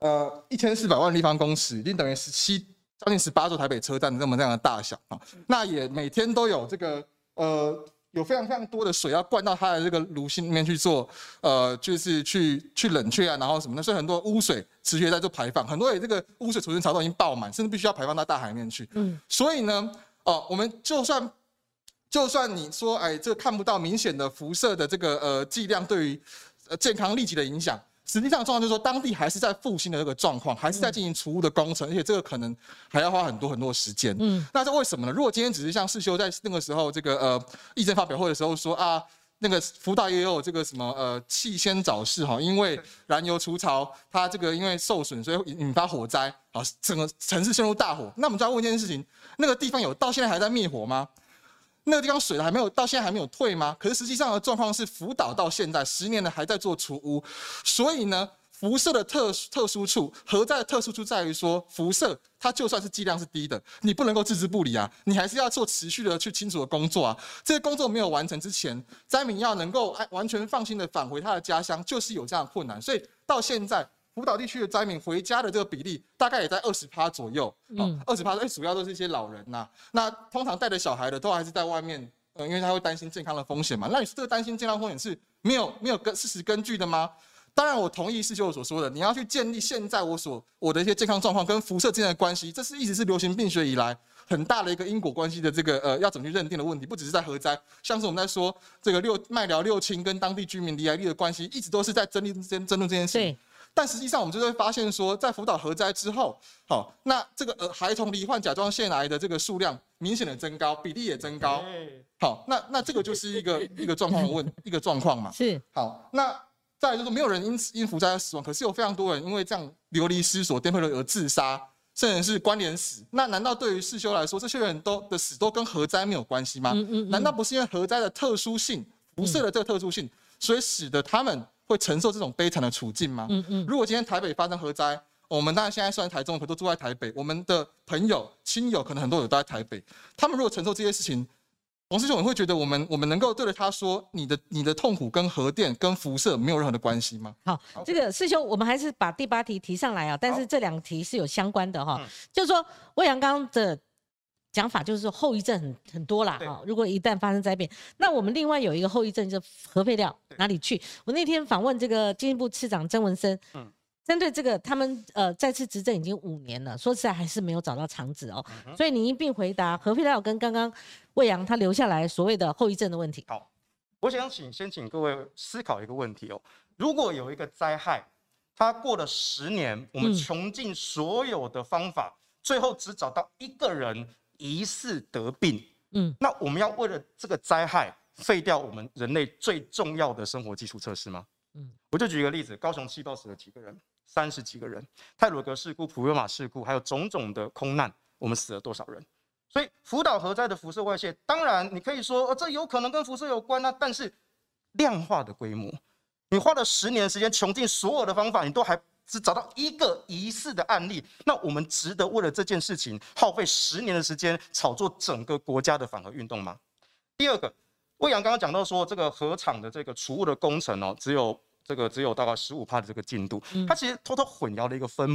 1400万立方公尺，已经等于将近18座台北车站的这样的大小啊。那也每天都有这个有非常非常多的水要灌到它的这个炉心里面去做，就是去冷却啊，然后什么的，所以很多污水持续在做排放，很多这个污水储存槽都已经爆满，甚至必须要排放到大海里面去。所以呢，我们就算你说，这个看不到明显的辐射的这个剂量对于健康立即的影响。实际上的状况就是说，当地还是在复兴的这个状况，还是在进行除污的工程，而且这个可能还要花很多的时间。那这为什么呢？如果今天只是像世修在那个时候这个议政发表会的时候说啊，那个福岛也有这个什么气先早逝哈，因为燃油除槽它这个因为受损，所以引发火灾，整个城市陷入大火。那我们就要问一件事情：那个地方有到现在还在灭火吗？那个地方水到现在还没有退吗？可是实际上的状况是，福岛到现在10年了还在做除污，所以呢，辐射的特殊处，核灾的特殊处在于说，辐射它就算是剂量是低的，你不能够置之不理啊，你还是要做持续的去清除的工作啊。这些工作没有完成之前，灾民要能够完全放心的返回他的家乡，就是有这样的困难。所以到现在，福岛地区的灾民回家的这个比例大概也在20%左右，20%，主要都是一些老人呐。那通常带着小孩的都还是在外面，因为他会担心健康的风险嘛。那你这个担心健康风险是没有事实根据的吗？当然，我同意世修所说的，你要去建立现在我的一些健康状况跟辐射之间的关系，这是一直是流行病学以来很大的一个因果关系的这个要怎么去认定的问题，不只是在核灾，像是我们在说这个麦寮6轻跟当地居民罹癌率的关系，一直都是在争论这件事情。但实际上，我们就会发现说，在福岛核灾之后，那这个孩童罹患甲状腺癌的这个数量明显的增高，比例也增高。那这个就是一个状况一个状况嘛。 是。 好，那再来就是没有人因福灾而死亡，可是有非常多人因为这样流离失所、颠沛流离而自杀，甚至是关联死。那难道对于世修来说，这些人的死都跟核灾没有关系吗？难道不是因为核灾的特殊性、辐射的这个特殊性，所以使得他们会承受这种悲惨的处境吗？如果今天台北发生核灾，我们当然现在虽然台中可都住在台北，我们的朋友、亲友可能很多人都在台北，他们如果承受这些事情，王师兄，你会觉得我们能够对着他说，你的痛苦跟核电跟辐射没有任何的关系吗？ 好，这个师兄，我们还是把第8题提上来啊，但是这2个题是有相关的哈，就是说魏阳刚的讲法就是说后遗症很多啦哈，如果一旦发生灾变，那我们另外有一个后遗症就是核废料哪里去？我那天访问这个经济部次长曾文生，针对这个他们再次执政已经5年了，说实在还是没有找到肠子哦，所以你一并回答核废料跟刚刚魏阳他留下来所谓的后遗症的问题。 好，我想先请各位思考一个问题哦，如果有一个灾害，它过了10年，我们穷尽所有的方法，最后只找到1个人疑似得病，那我们要为了这个灾害废掉我们人类最重要的生活基础设施吗？我就举一个例子，高雄气爆死了几个人，30几个人，太鲁阁事故、普悠玛事故，还有种种的空难，我们死了多少人？所以福岛核灾的辐射外泄，当然你可以说，这有可能跟辐射有关啊，但是量化的规模，你花了10年的时间，穷尽所有的方法，你都还只找到1个疑似的案例，那我们值得为了这件事情耗费10年的时间，炒作整个国家的反核运动吗？第二个，魏阳刚刚讲到说，这个核厂的这个除污的工程哦，只有大概15%的这个进度，它其实偷偷混淆了一个分母。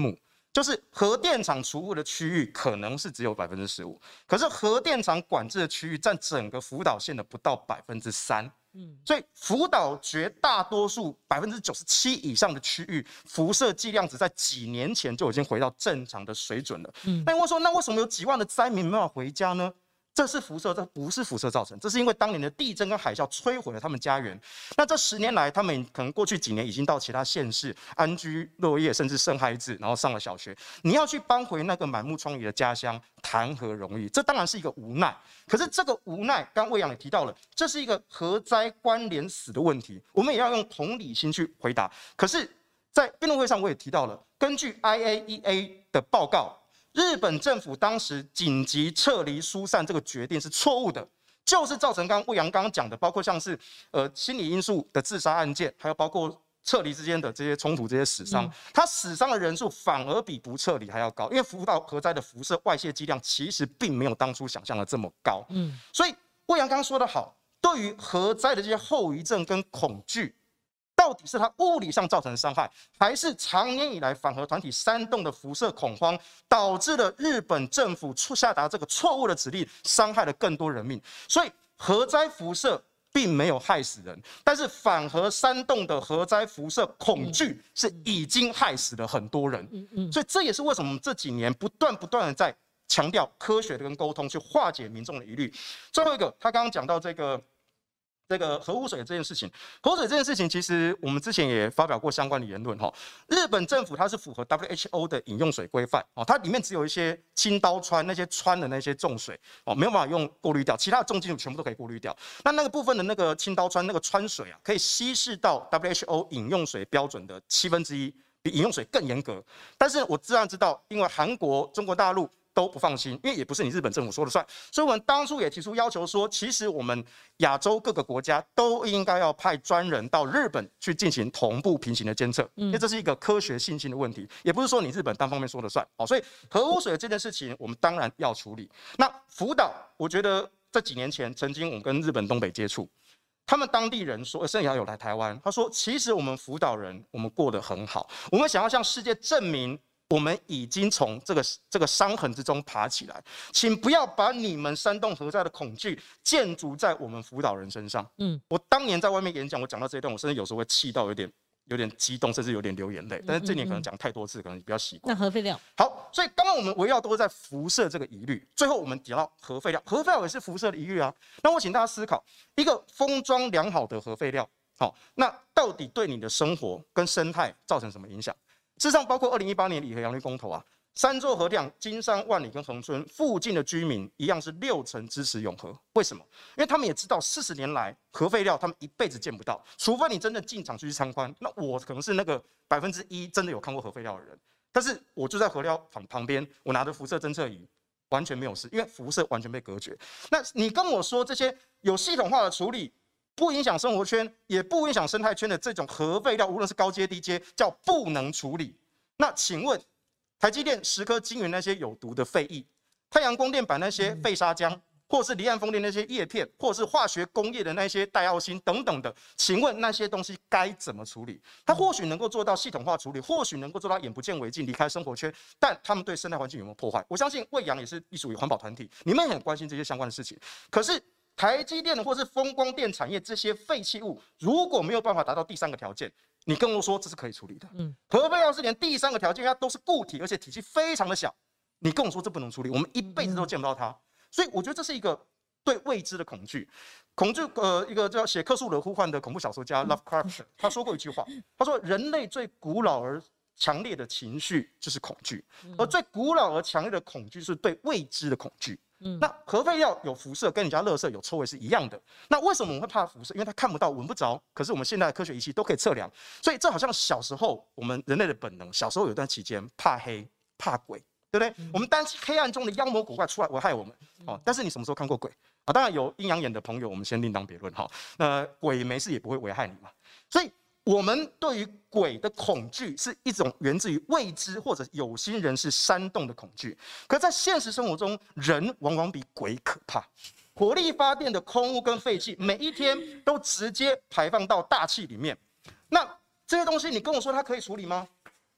就是核电厂除污的区域可能是只有15%，可是核电厂管制的区域占整个福岛县的不到3%。所以福岛绝大多数97%以上的区域辐射剂量值在几年前就已经回到正常的水准了。那你会说，那为什么有几万的灾民没办法回家呢？这是辐射，这不是辐射造成，这是因为当年的地震跟海啸摧毁了他们家园。那这10年来，他们可能过去几年已经到其他县市安居乐业，甚至生孩子，然后上了小学。你要去搬回那个满目疮痍的家乡，谈何容易？这当然是一个无奈。可是这个无奈，刚魏阳也提到了，这是一个核灾关联死的问题，我们也要用同理心去回答。可是，在辩论会上我也提到了，根据 IAEA 的报告。日本政府当时紧急撤离疏散这个决定是错误的，就是造成魏阳刚刚讲的，包括像是心理因素的自杀案件，还有包括撤离之间的这些冲突、这些死伤，他死伤的人数反而比不撤离还要高，因为福岛核灾的辐射外泄剂量其实并没有当初想象的这么高。所以魏阳刚刚说得好，对于核灾的这些后遗症跟恐惧。到底是它物理上造成的伤害，还是长年以来反核团体煽动的辐射恐慌，导致了日本政府下达这个错误的指令，伤害了更多人命？所以核灾辐射并没有害死人，但是反核煽动的核灾辐射恐惧是已经害死了很多人。所以这也是为什么我们这几年不断的在强调科学跟沟通，去化解民众的疑虑。最后一个，他刚刚讲到这个核污水这件事情，核污水这件事情，其实我们之前也发表过相关的言论哈。日本政府它是符合 WHO 的饮用水规范哦，它里面只有一些氢刀川那些川的那些重水哦，没有办法用过滤掉，其他的重金属全部都可以过滤掉。那个部分的那个氢刀川那个川水啊，可以稀释到 WHO 饮用水标准的1/7，比饮用水更严格。但是我自然知道，因为韩国、中国大陆。都不放心，因为也不是你日本政府说了算，所以我们当初也提出要求说，其实我们亚洲各个国家都应该要派专人到日本去进行同步平行的监测，因为这是一个科学信心的问题，也不是说你日本单方面说了算。所以核污水这件事情，我们当然要处理。那福岛，我觉得这几年前曾经我们跟日本东北接触，他们当地人说，甚至有来台湾，他说，其实我们福岛人，我们过得很好，我们想要向世界证明。我们已经从这个伤痕之中爬起来，请不要把你们煽动核灾的恐惧建筑在我们福岛人身上。我当年在外面演讲，我讲到这一段，我甚至有时候会气到有点激动，甚至有点流眼泪。但是这年可能讲太多次，可能比较习惯。 那核废料好，所以刚刚我们围绕都是在辐射这个疑虑，最后我们提到核废料，核废料也是辐射的疑虑啊。那我请大家思考，一个封装良好的核废料，好，那到底对你的生活跟生态造成什么影响？事实上，包括2018年以核洋绿公投啊，3座核电金山、万里跟恒春附近的居民一样是60%支持永核。为什么？因为他们也知道40年来核废料他们一辈子见不到，除非你真的进场去参观。那我可能是那个1%真的有看过核废料的人，但是我就在核料厂旁边，我拿着辐射侦测仪，完全没有事，因为辐射完全被隔绝。那你跟我说这些有系统化的处理？不影响生活圈，也不影响生态圈的这种核废料，无论是高阶低阶，叫不能处理。那请问，台积电10颗晶圆那些有毒的废液，太阳光电板那些废砂浆，或是离岸风电那些叶片，或是化学工业的那些戴奥辛等等的，请问那些东西该怎么处理？它或许能够做到系统化处理，或许能够做到眼不见为净，离开生活圈，但他们对生态环境有没有破坏？我相信卫阳也是属于环保团体，你们也很关心这些相关的事情。可是。台积电或是风光电产业这些废弃物，如果没有办法达到第3个条件，你跟我说这是可以处理的。核废料是连第3个条件，它都是固体，而且体积非常的小，你跟我说这不能处理，我们一辈子都见不到它。所以我觉得这是一个对未知的恐惧。一个叫写克苏鲁呼唤的恐怖小说家 Lovecraft， 他说过一句话，他说人类最古老而强烈的情绪就是恐惧，而最古老而强烈的恐惧是对未知的恐惧。那核废料有辐射，跟你家垃圾有臭味是一样的。那为什么我们会怕辐射？因为它看不到、闻不着。可是我们现在的科学仪器都可以测量，所以这好像小时候我们人类的本能。小时候有段期间怕黑、怕鬼，对不对？我们担心黑暗中的妖魔鬼怪出来危害我们。但是你什么时候看过鬼啊？当然有阴阳眼的朋友，我们先另当别论哈。那鬼没事也不会危害你嘛。所以。我们对于鬼的恐惧是一种源自于未知或者有心人士煽动的恐惧，可在现实生活中，人往往比鬼可怕。火力发电的空污跟废气，每一天都直接排放到大气里面。那这些东西，你跟我说它可以处理吗？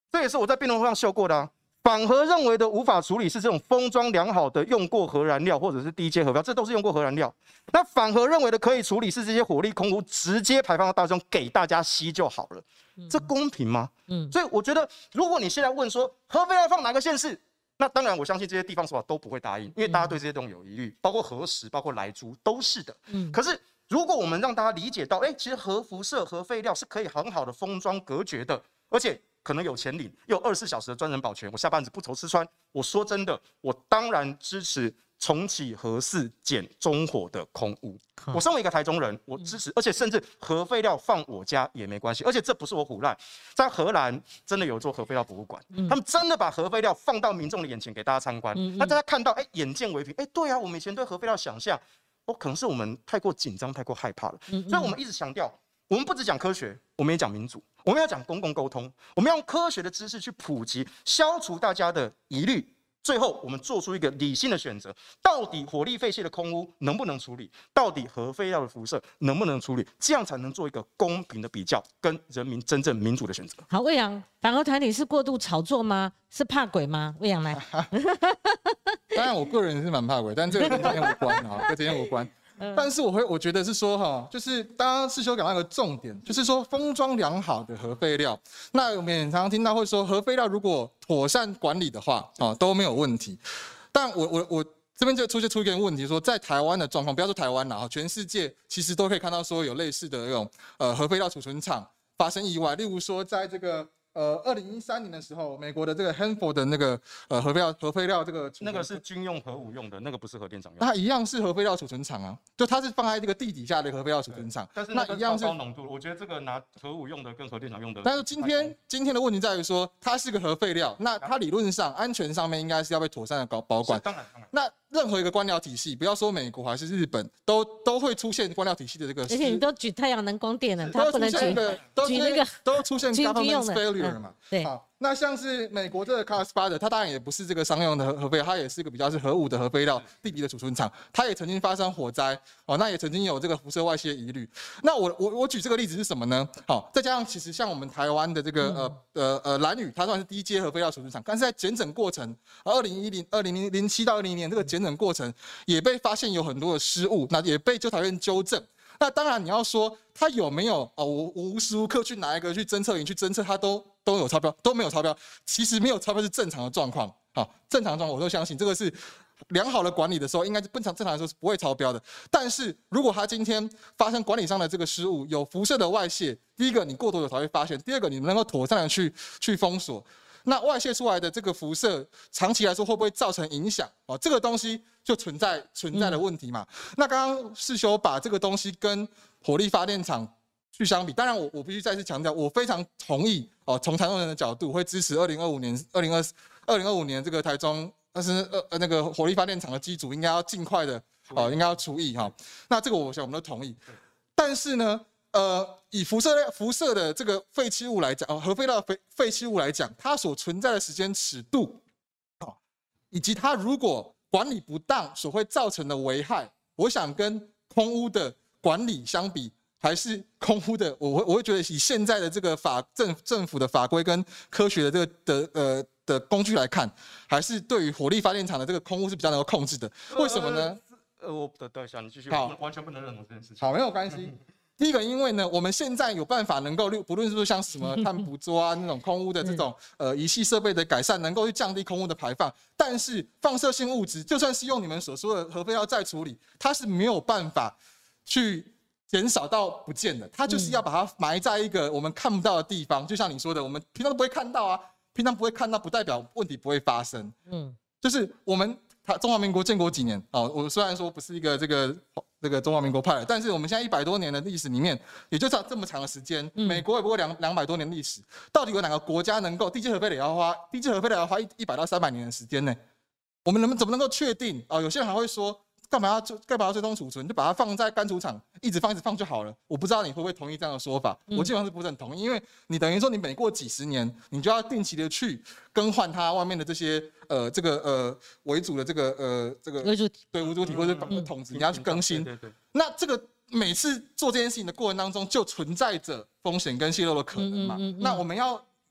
这也是我在辩论会上秀过的啊。反核认为的无法处理是这种封装良好的用过核燃料或者是低阶核料，这都是用过核燃料。那反核认为的可以处理是这些火力空污直接排放到大气中给大家吸就好了，这公平吗？所以我觉得，如果你现在问说核废料放哪个县市，那当然我相信这些地方首长都不会答应，因为大家对这些东西有疑虑，包括核食、包括莱猪都是的。可是如果我们让大家理解到，其实核辐射、核废料是可以很好的封装隔绝的，而且可能有钱领，又有24小时的专人保全，我下半子不愁吃穿。我说真的，我当然支持重启核四减中火的空污。我身为一个台中人，我支持，而且甚至核废料放我家也没关系。而且这不是我唬烂，在荷兰真的有做核废料博物馆，他们真的把核废料放到民众的眼前给大家参观，那大家看到，眼见为凭，对啊，我们以前对核废料想象，可能是我们太过紧张、太过害怕了，所以我们一直强调。我们不只讲科学，我们也讲民主，我们要讲公共沟通，我们要用科学的知识去普及，消除大家的疑虑。最后，我们做出一个理性的选择：到底火力废弃的空污能不能处理？到底核废料的辐射能不能处理？这样才能做一个公平的比较，跟人民真正民主的选择。 好，魏阳，反核团体是过度炒作吗？是怕鬼吗？魏阳来。 当然，我个人是蛮怕鬼，但这个跟今天无关啊，跟今天无关。但是我觉得是说哈，就是刚刚世修讲到一个重点，就是说封装良好的核废料，那我们也常常听到会说核废料如果妥善管理的话，都没有问题。但我这边就出一个问题，说在台湾的状况，不要说台湾啦，全世界其实都可以看到说有类似的这种核废料储存厂发生意外，例如说在这个。2013年的时候，美国的这个 Hanford 的那个核废料这个那个是军用核武用的，那个不是核电厂用的。它一样是核废料储存厂啊，就它是放在这个地底下的核废料储存厂， 但是那一样是高浓度。我觉得这个拿核武用的跟核电厂用的。 但是今天的问题在于说，它是个核废料，那它理论上安全上面应该是要被妥善的保管。 当然。 那任何一个官僚体系，不要说美国还是日本，都会出现官僚体系的这个。 而且你都举太阳能光电了，它不能举那个都出现 government failure 嘛。 对。 那像是美国这个 Carlsbad， 它当然也不是这个商用的核废料，它也是一个比较是核武的核废料地底的储存厂，它也曾经发生火灾那也曾经有这个辐射外泄疑虑。那我举这个例子是什么呢？再加上其实像我们台湾的这个兰屿，它算是低阶核废料储存厂，但是在检整过程，2007到2010年这个检整过程也被发现有很多的失误，那也被监察院纠正。那当然，你要说它有没有我无时无刻去拿一个去侦测仪去侦测它都有超标，都没有超标。其实没有超标是正常的状况，正常的状况我都相信这个是良好的管理的时候，应该是正常来说是不会超标的。但是如果它今天发生管理上的这个失误，有辐射的外泄，第一个你过多久才会发现，第二个你能够妥善的去封锁。那外泄出来的这个辐射，长期来说会不会造成影响？这个东西就存在的问题嘛。那刚刚世修把这个东西跟火力发电厂去相比，当然我必须再次强调，我非常同意从台中人的角度会支持2025年这个台中那个火力发电厂的机组应该要尽快的应该要除役那这个我想我们都同意。但是呢？以辐射的这个废弃物来讲，核废料废弃物来讲，它所存在的时间尺度，以及它如果管理不当所会造成的危害，我想跟空污的管理相比，还是空污的，我会觉得以现在的这个政府的法规跟科学的这个的工具来看，还是对于火力发电厂的这个空污是比较能够控制的。为什么呢？ 我等一下，你继续。完全不能认同这件事情。 好，没有关系。第一个，因为呢，我们现在有办法能够，不论是不是像什么碳捕捉那种空污的这种仪器设备的改善，能够去降低空污的排放，但是放射性物质，就算是用你们所说的核废料再处理，它是没有办法去减少到不见的，它就是要把它埋在一个我们看不到的地方，就像你说的，我们平常都不会看到啊，平常不会看到，不代表问题不会发生。就是我们中华民国建国几年我虽然说不是一个这个中华民国派的，但是我们现在100多年的历史里面，也就这么长的时间，美国也不过200多年历史，到底有哪个国家能够低阶核废料要花100到300年的时间呢？我们怎么能够确定有些人还会说，干嘛要追踪储存，就把它放在干储厂，一直放就好了。我不知道你会不会同意这样的说法，我基本上是不是很同意，因为你等于说你每过几十年，你就要定期的去更换它外面的这些为主的这个为主体或者筒子，你要去更新。那这个每次做这件事情的过程当中，就存在着风险跟泄漏的可能嘛。那我们要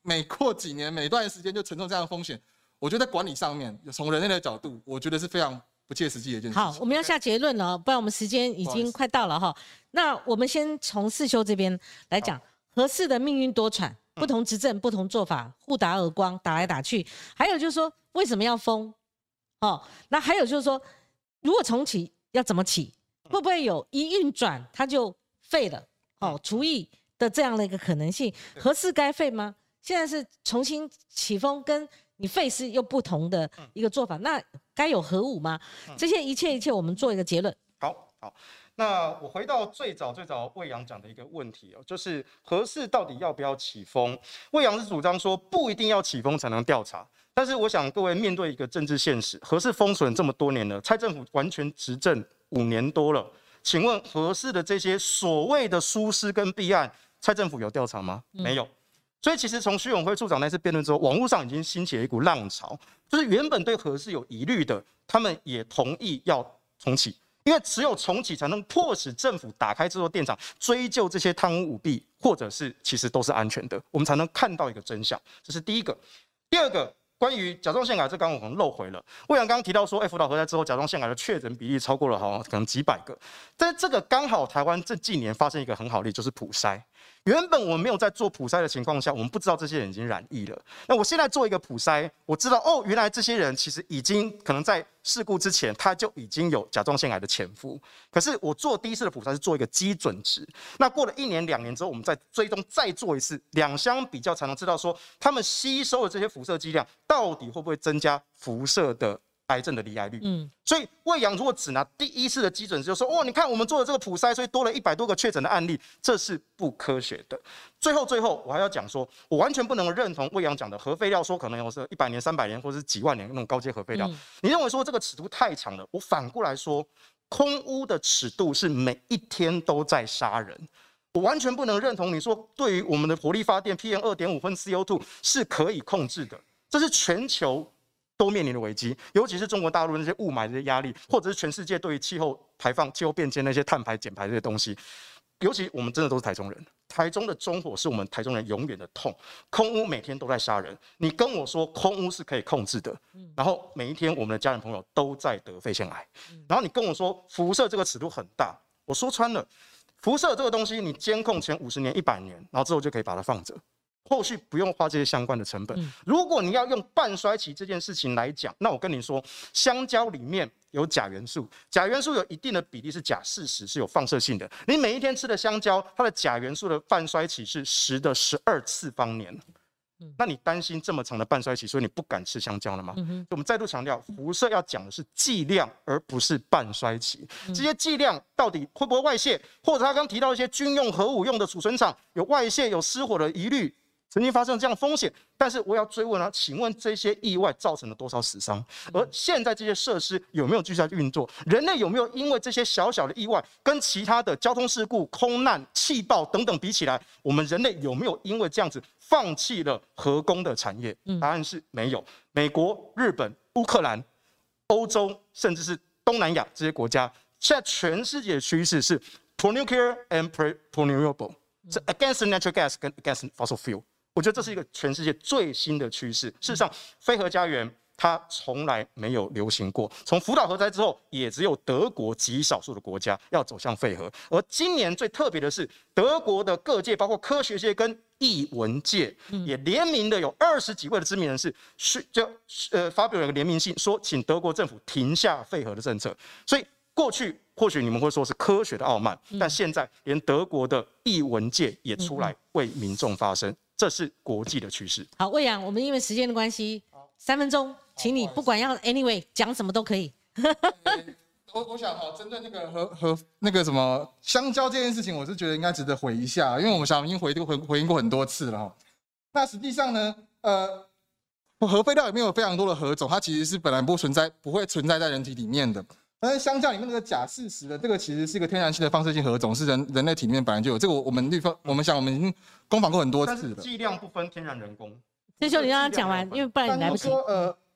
每过几年每段时间就承受这样的风险，我觉得在管理上面，从人类的角度，我觉得是非常不切实际的一件事情。 好，我们要下结论了，不然我们时间已经快到了哈。那我们先从世修这边来讲，核四的命运多舛，不同执政不同做法，互打耳光，打来打去。还有就是说，为什么要封？哦，那还有就是说，如果重启要怎么起？会不会有一运转它就废了？哦，除役的这样的一个可能性，核四该废吗？现在是重新起封，跟你废是又不同的一个做法，那该有核武吗？这些一切，我们做一个结论。 好，那我回到最早魏阳讲的一个问题哦，就是核四到底要不要起封？魏阳是主张说不一定要起封才能调查。但是我想各位面对一个政治现实，核四封存这么多年了，蔡政府完全执政5年多了，请问核四的这些所谓的疏失跟弊案，蔡政府有调查吗？没有。所以其实从徐永辉处长那次辩论之后，网络上已经兴起了一股浪潮，就是原本对核四有疑虑的，他们也同意要重启，因为只有重启才能迫使政府打开这座电厂，追究这些贪污舞弊，或者是其实都是安全的，我们才能看到一个真相。这是第一个。第二个。关于甲状腺癌，这刚刚我可能漏回了。魏阳刚刚提到说，福岛核灾之后，甲状腺癌的确诊比例超过了可能几百个。但这个刚好台湾这几年发生一个很好的例子，就是普筛。原本我们没有在做普筛的情况下，我们不知道这些人已经染疫了。那我现在做一个普筛，我知道原来这些人其实已经可能在事故之前他就已经有甲状腺癌的潜伏。可是我做第一次的普筛是做一个基准值，那过了1年2年之后，我们再追踪再做一次，2相比较才能知道说他们吸收的这些辐射剂量到底会不会增加辐射的癌症的罹癌率。所以魏阳如果只拿第一次的基准值，就说你看我们做了这个普筛，所以多了100多个确诊的案例，这是不科学的。最后我还要讲说，我完全不能认同魏阳讲的核废料说可能有是100年、300年或是几万年那种高阶核废料。你认为说这个尺度太长了，我反过来说，空污的尺度是每一天都在杀人。我完全不能认同你说对于我们的火力发电 PM2.5 跟 CO2 是可以控制的，这是全球都面临的危机，尤其是中国大陆那些雾霾的压力，或者是全世界对于气候排放、气候变迁那些碳排、减排这些东西。尤其我们真的都是台中人，台中的中火是我们台中人永远的痛，空污每天都在杀人。你跟我说空污是可以控制的，然后每一天我们的家人朋友都在得肺腺癌，然后你跟我说辐射这个尺度很大，我说穿了。辐射这个东西，你监控前50年、100年，然后之后就可以把它放着，后续不用花这些相关的成本。如果你要用半衰期这件事情来讲，那我跟你说，香蕉里面有钾元素，钾元素有一定的比例是钾40，是有放射性的。你每一天吃的香蕉，它的钾元素的半衰期是10的12次方年。那你担心这么长的半衰期，所以你不敢吃香蕉了吗？我们再度强调，辐射要讲的是剂量，而不是半衰期。这些剂量到底会不会外泄，或者他刚提到一些军用核武用的储存厂有外泄、有失火的疑虑，曾经发生这样的风险。但是我要追问请问这些意外造成了多少死伤？而现在这些设施有没有继续在运作？人类有没有因为这些小小的意外，跟其他的交通事故、空难、气爆等等比起来，我们人类有没有因为这样子放弃了核工的产业？答案是没有。美国、日本、乌克兰、欧洲，甚至是东南亚这些国家，现在全世界的趋势是 pro-nuclear and pro-renewable， 是 against natural gas 跟 against fossil fuel。我觉得这是一个全世界最新的趋势。事实上，非核家园它从来没有流行过。从福岛核灾之后，也只有德国极少数的国家要走向废核。而今年最特别的是，德国的各界，包括科学界跟艺文界，也联名的有20几位的知名人士，发表了一个联名信，说请德国政府停下废核的政策。所以过去或许你们会说是科学的傲慢，但现在连德国的艺文界也出来为民众发声。这是国际的趋势。好， 魏阳，我们因为时间的关系，3分钟，请你不管要 anyway 讲什么都可以。 我想针对那个那个什么香蕉这件事情，我是觉得应该值得回一下，因为我们想已经回应过很多次了。那实际上呢，核废料里面有非常多的核种，它其实是本来不会存在在人体里面的。但是香蕉里面那个钾40的这个其实是一个天然性的放射性核种，是人类体里面本来就有。这个我们已经攻防过很多次了。 剂量不分天然人工。 师兄，你让他讲完，因为不然你来不及。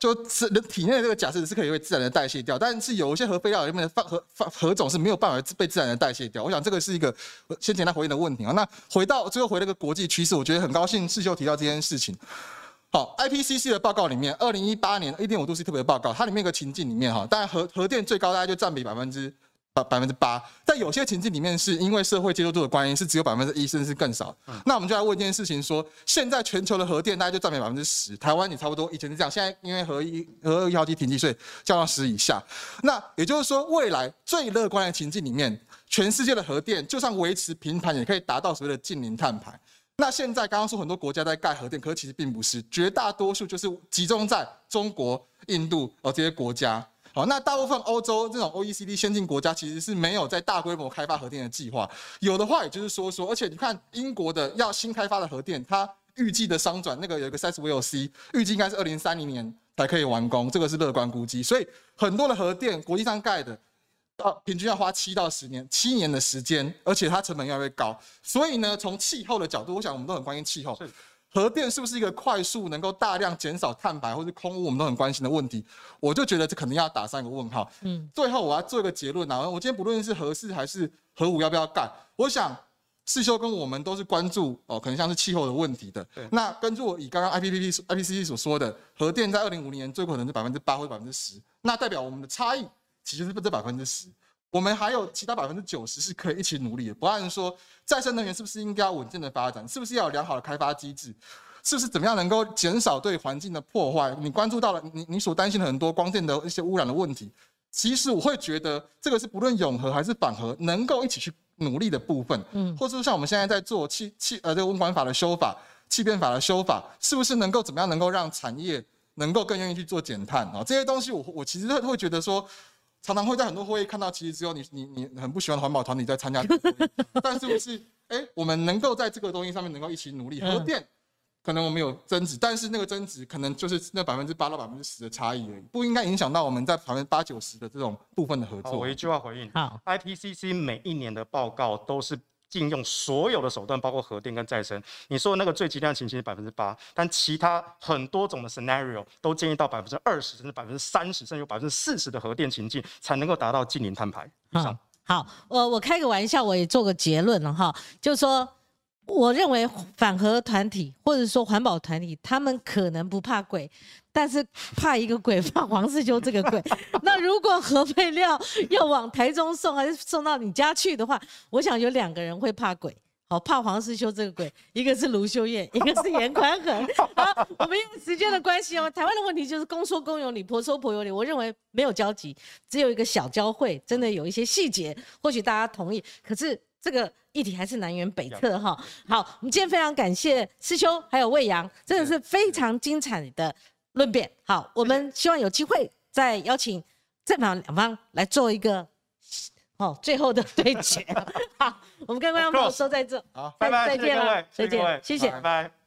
就是体内的这个钾离子是可以被自然的代谢掉，但是有一些核废料里面的核种是没有办法被自然的代谢掉。我想这个是一个先简单回应的问题啊。那最后回那个国际趋势，我觉得很高兴世修提到这件事情。好 ，IPCC 的报告里面，2018年1.5度 C 特别报告，它里面有个情境里面哈，当然核电最高大概就占比8%，在有些情境里面是因为社会接受度的关系，是只有1%甚至是更少。那我们就来问一件事情说，现在全球的核电大概就占比10%，台湾也差不多以前是这样，现在因为核2号机停机，所以降到10以下。那也就是说，未来最乐观的情境里面，全世界的核电就算维持平盘，也可以达到所谓的净零碳排。那现在刚刚说很多国家在盖核电，可是其实并不是，绝大多数就是集中在中国、印度这些国家。好，那大部分欧洲这种 OECD 先进国家其实是没有在大规模开发核电的计划，有的话也就是说，而且你看英国的要新开发的核电，它预计的商转那个有一个 Sizewell C， 预计应该是2030年才可以完工，这个是乐观估计。所以很多的核电国际上盖的，平均要花7到10年，7年的时间，而且它成本越来越高。所以呢，从气候的角度，我想我们都很关心气候。核电是不是一个快速能够大量减少碳排或是空污，我们都很关心的问题。我就觉得这肯定要打上一个问号。最后我要做一个结论啊，我今天不论是核4还是核5要不要盖，我想世修跟我们都是关注可能像是气候的问题的。那根据我以刚刚 IPCC 所说的，核电在2050年最可能是8%或10%，那代表我们的差异其实是这10%。我们还有其他90%是可以一起努力的。不按说再生能源是不是应该要稳健的发展，是不是要有良好的开发机制，是不是怎么样能够减少对环境的破坏？你关注到了你所担心的很多光电的一些污染的问题，其实我会觉得这个是不论永核还是反核能够一起去努力的部分。或者说像我们现在在做这个温管法的修法、气变法的修法，是不是能够怎么样能够让产业能够更愿意去做减碳啊？这些东西我其实会觉得说。常常会在很多会议看到，其实只有你很不喜欢的环保团体在参加这个会议，但是不是？我们能够在这个东西上面能够一起努力。核电可能我们有争执，但是那个争执可能就是那8%到10%的差异而已，不应该影响到我们在8%、90%的这种部分的合作。 我一句话回应。 好 ，IPCC 每一年的报告都是禁用所有的手段，包括核电跟再生。你说的那个最极端的情形是8%，但其他很多种的 scenario 都建议到20%甚至30%，甚至有40%的核电情境才能够达到净零碳排以上。 好，我开个玩笑，我也做个结论了哈，就是说，我认为反核团体或者说环保团体，他们可能不怕鬼，但是怕一个鬼，怕黄世修这个鬼。那如果核废料要往台中送，还是送到你家去的话，我想有2个人会怕鬼。好，怕黄世修这个鬼，一个是卢秀燕，一个是严宽恒。好，我们因为时间的关系台湾的问题就是公说公有理，婆说婆有理。我认为没有交集，只有一个小交汇，真的有一些细节，或许大家同意，可是这个议题还是南辕北辙哈。好，我们今天非常感谢世修还有魏阳，真的是非常精彩的论辩。好，我们希望有机会再邀请正反两方来做一个最后的对决。好，我们跟观众朋友说在这， 好，拜拜， 再见了， 谢谢各位， 再见，谢谢， 拜拜。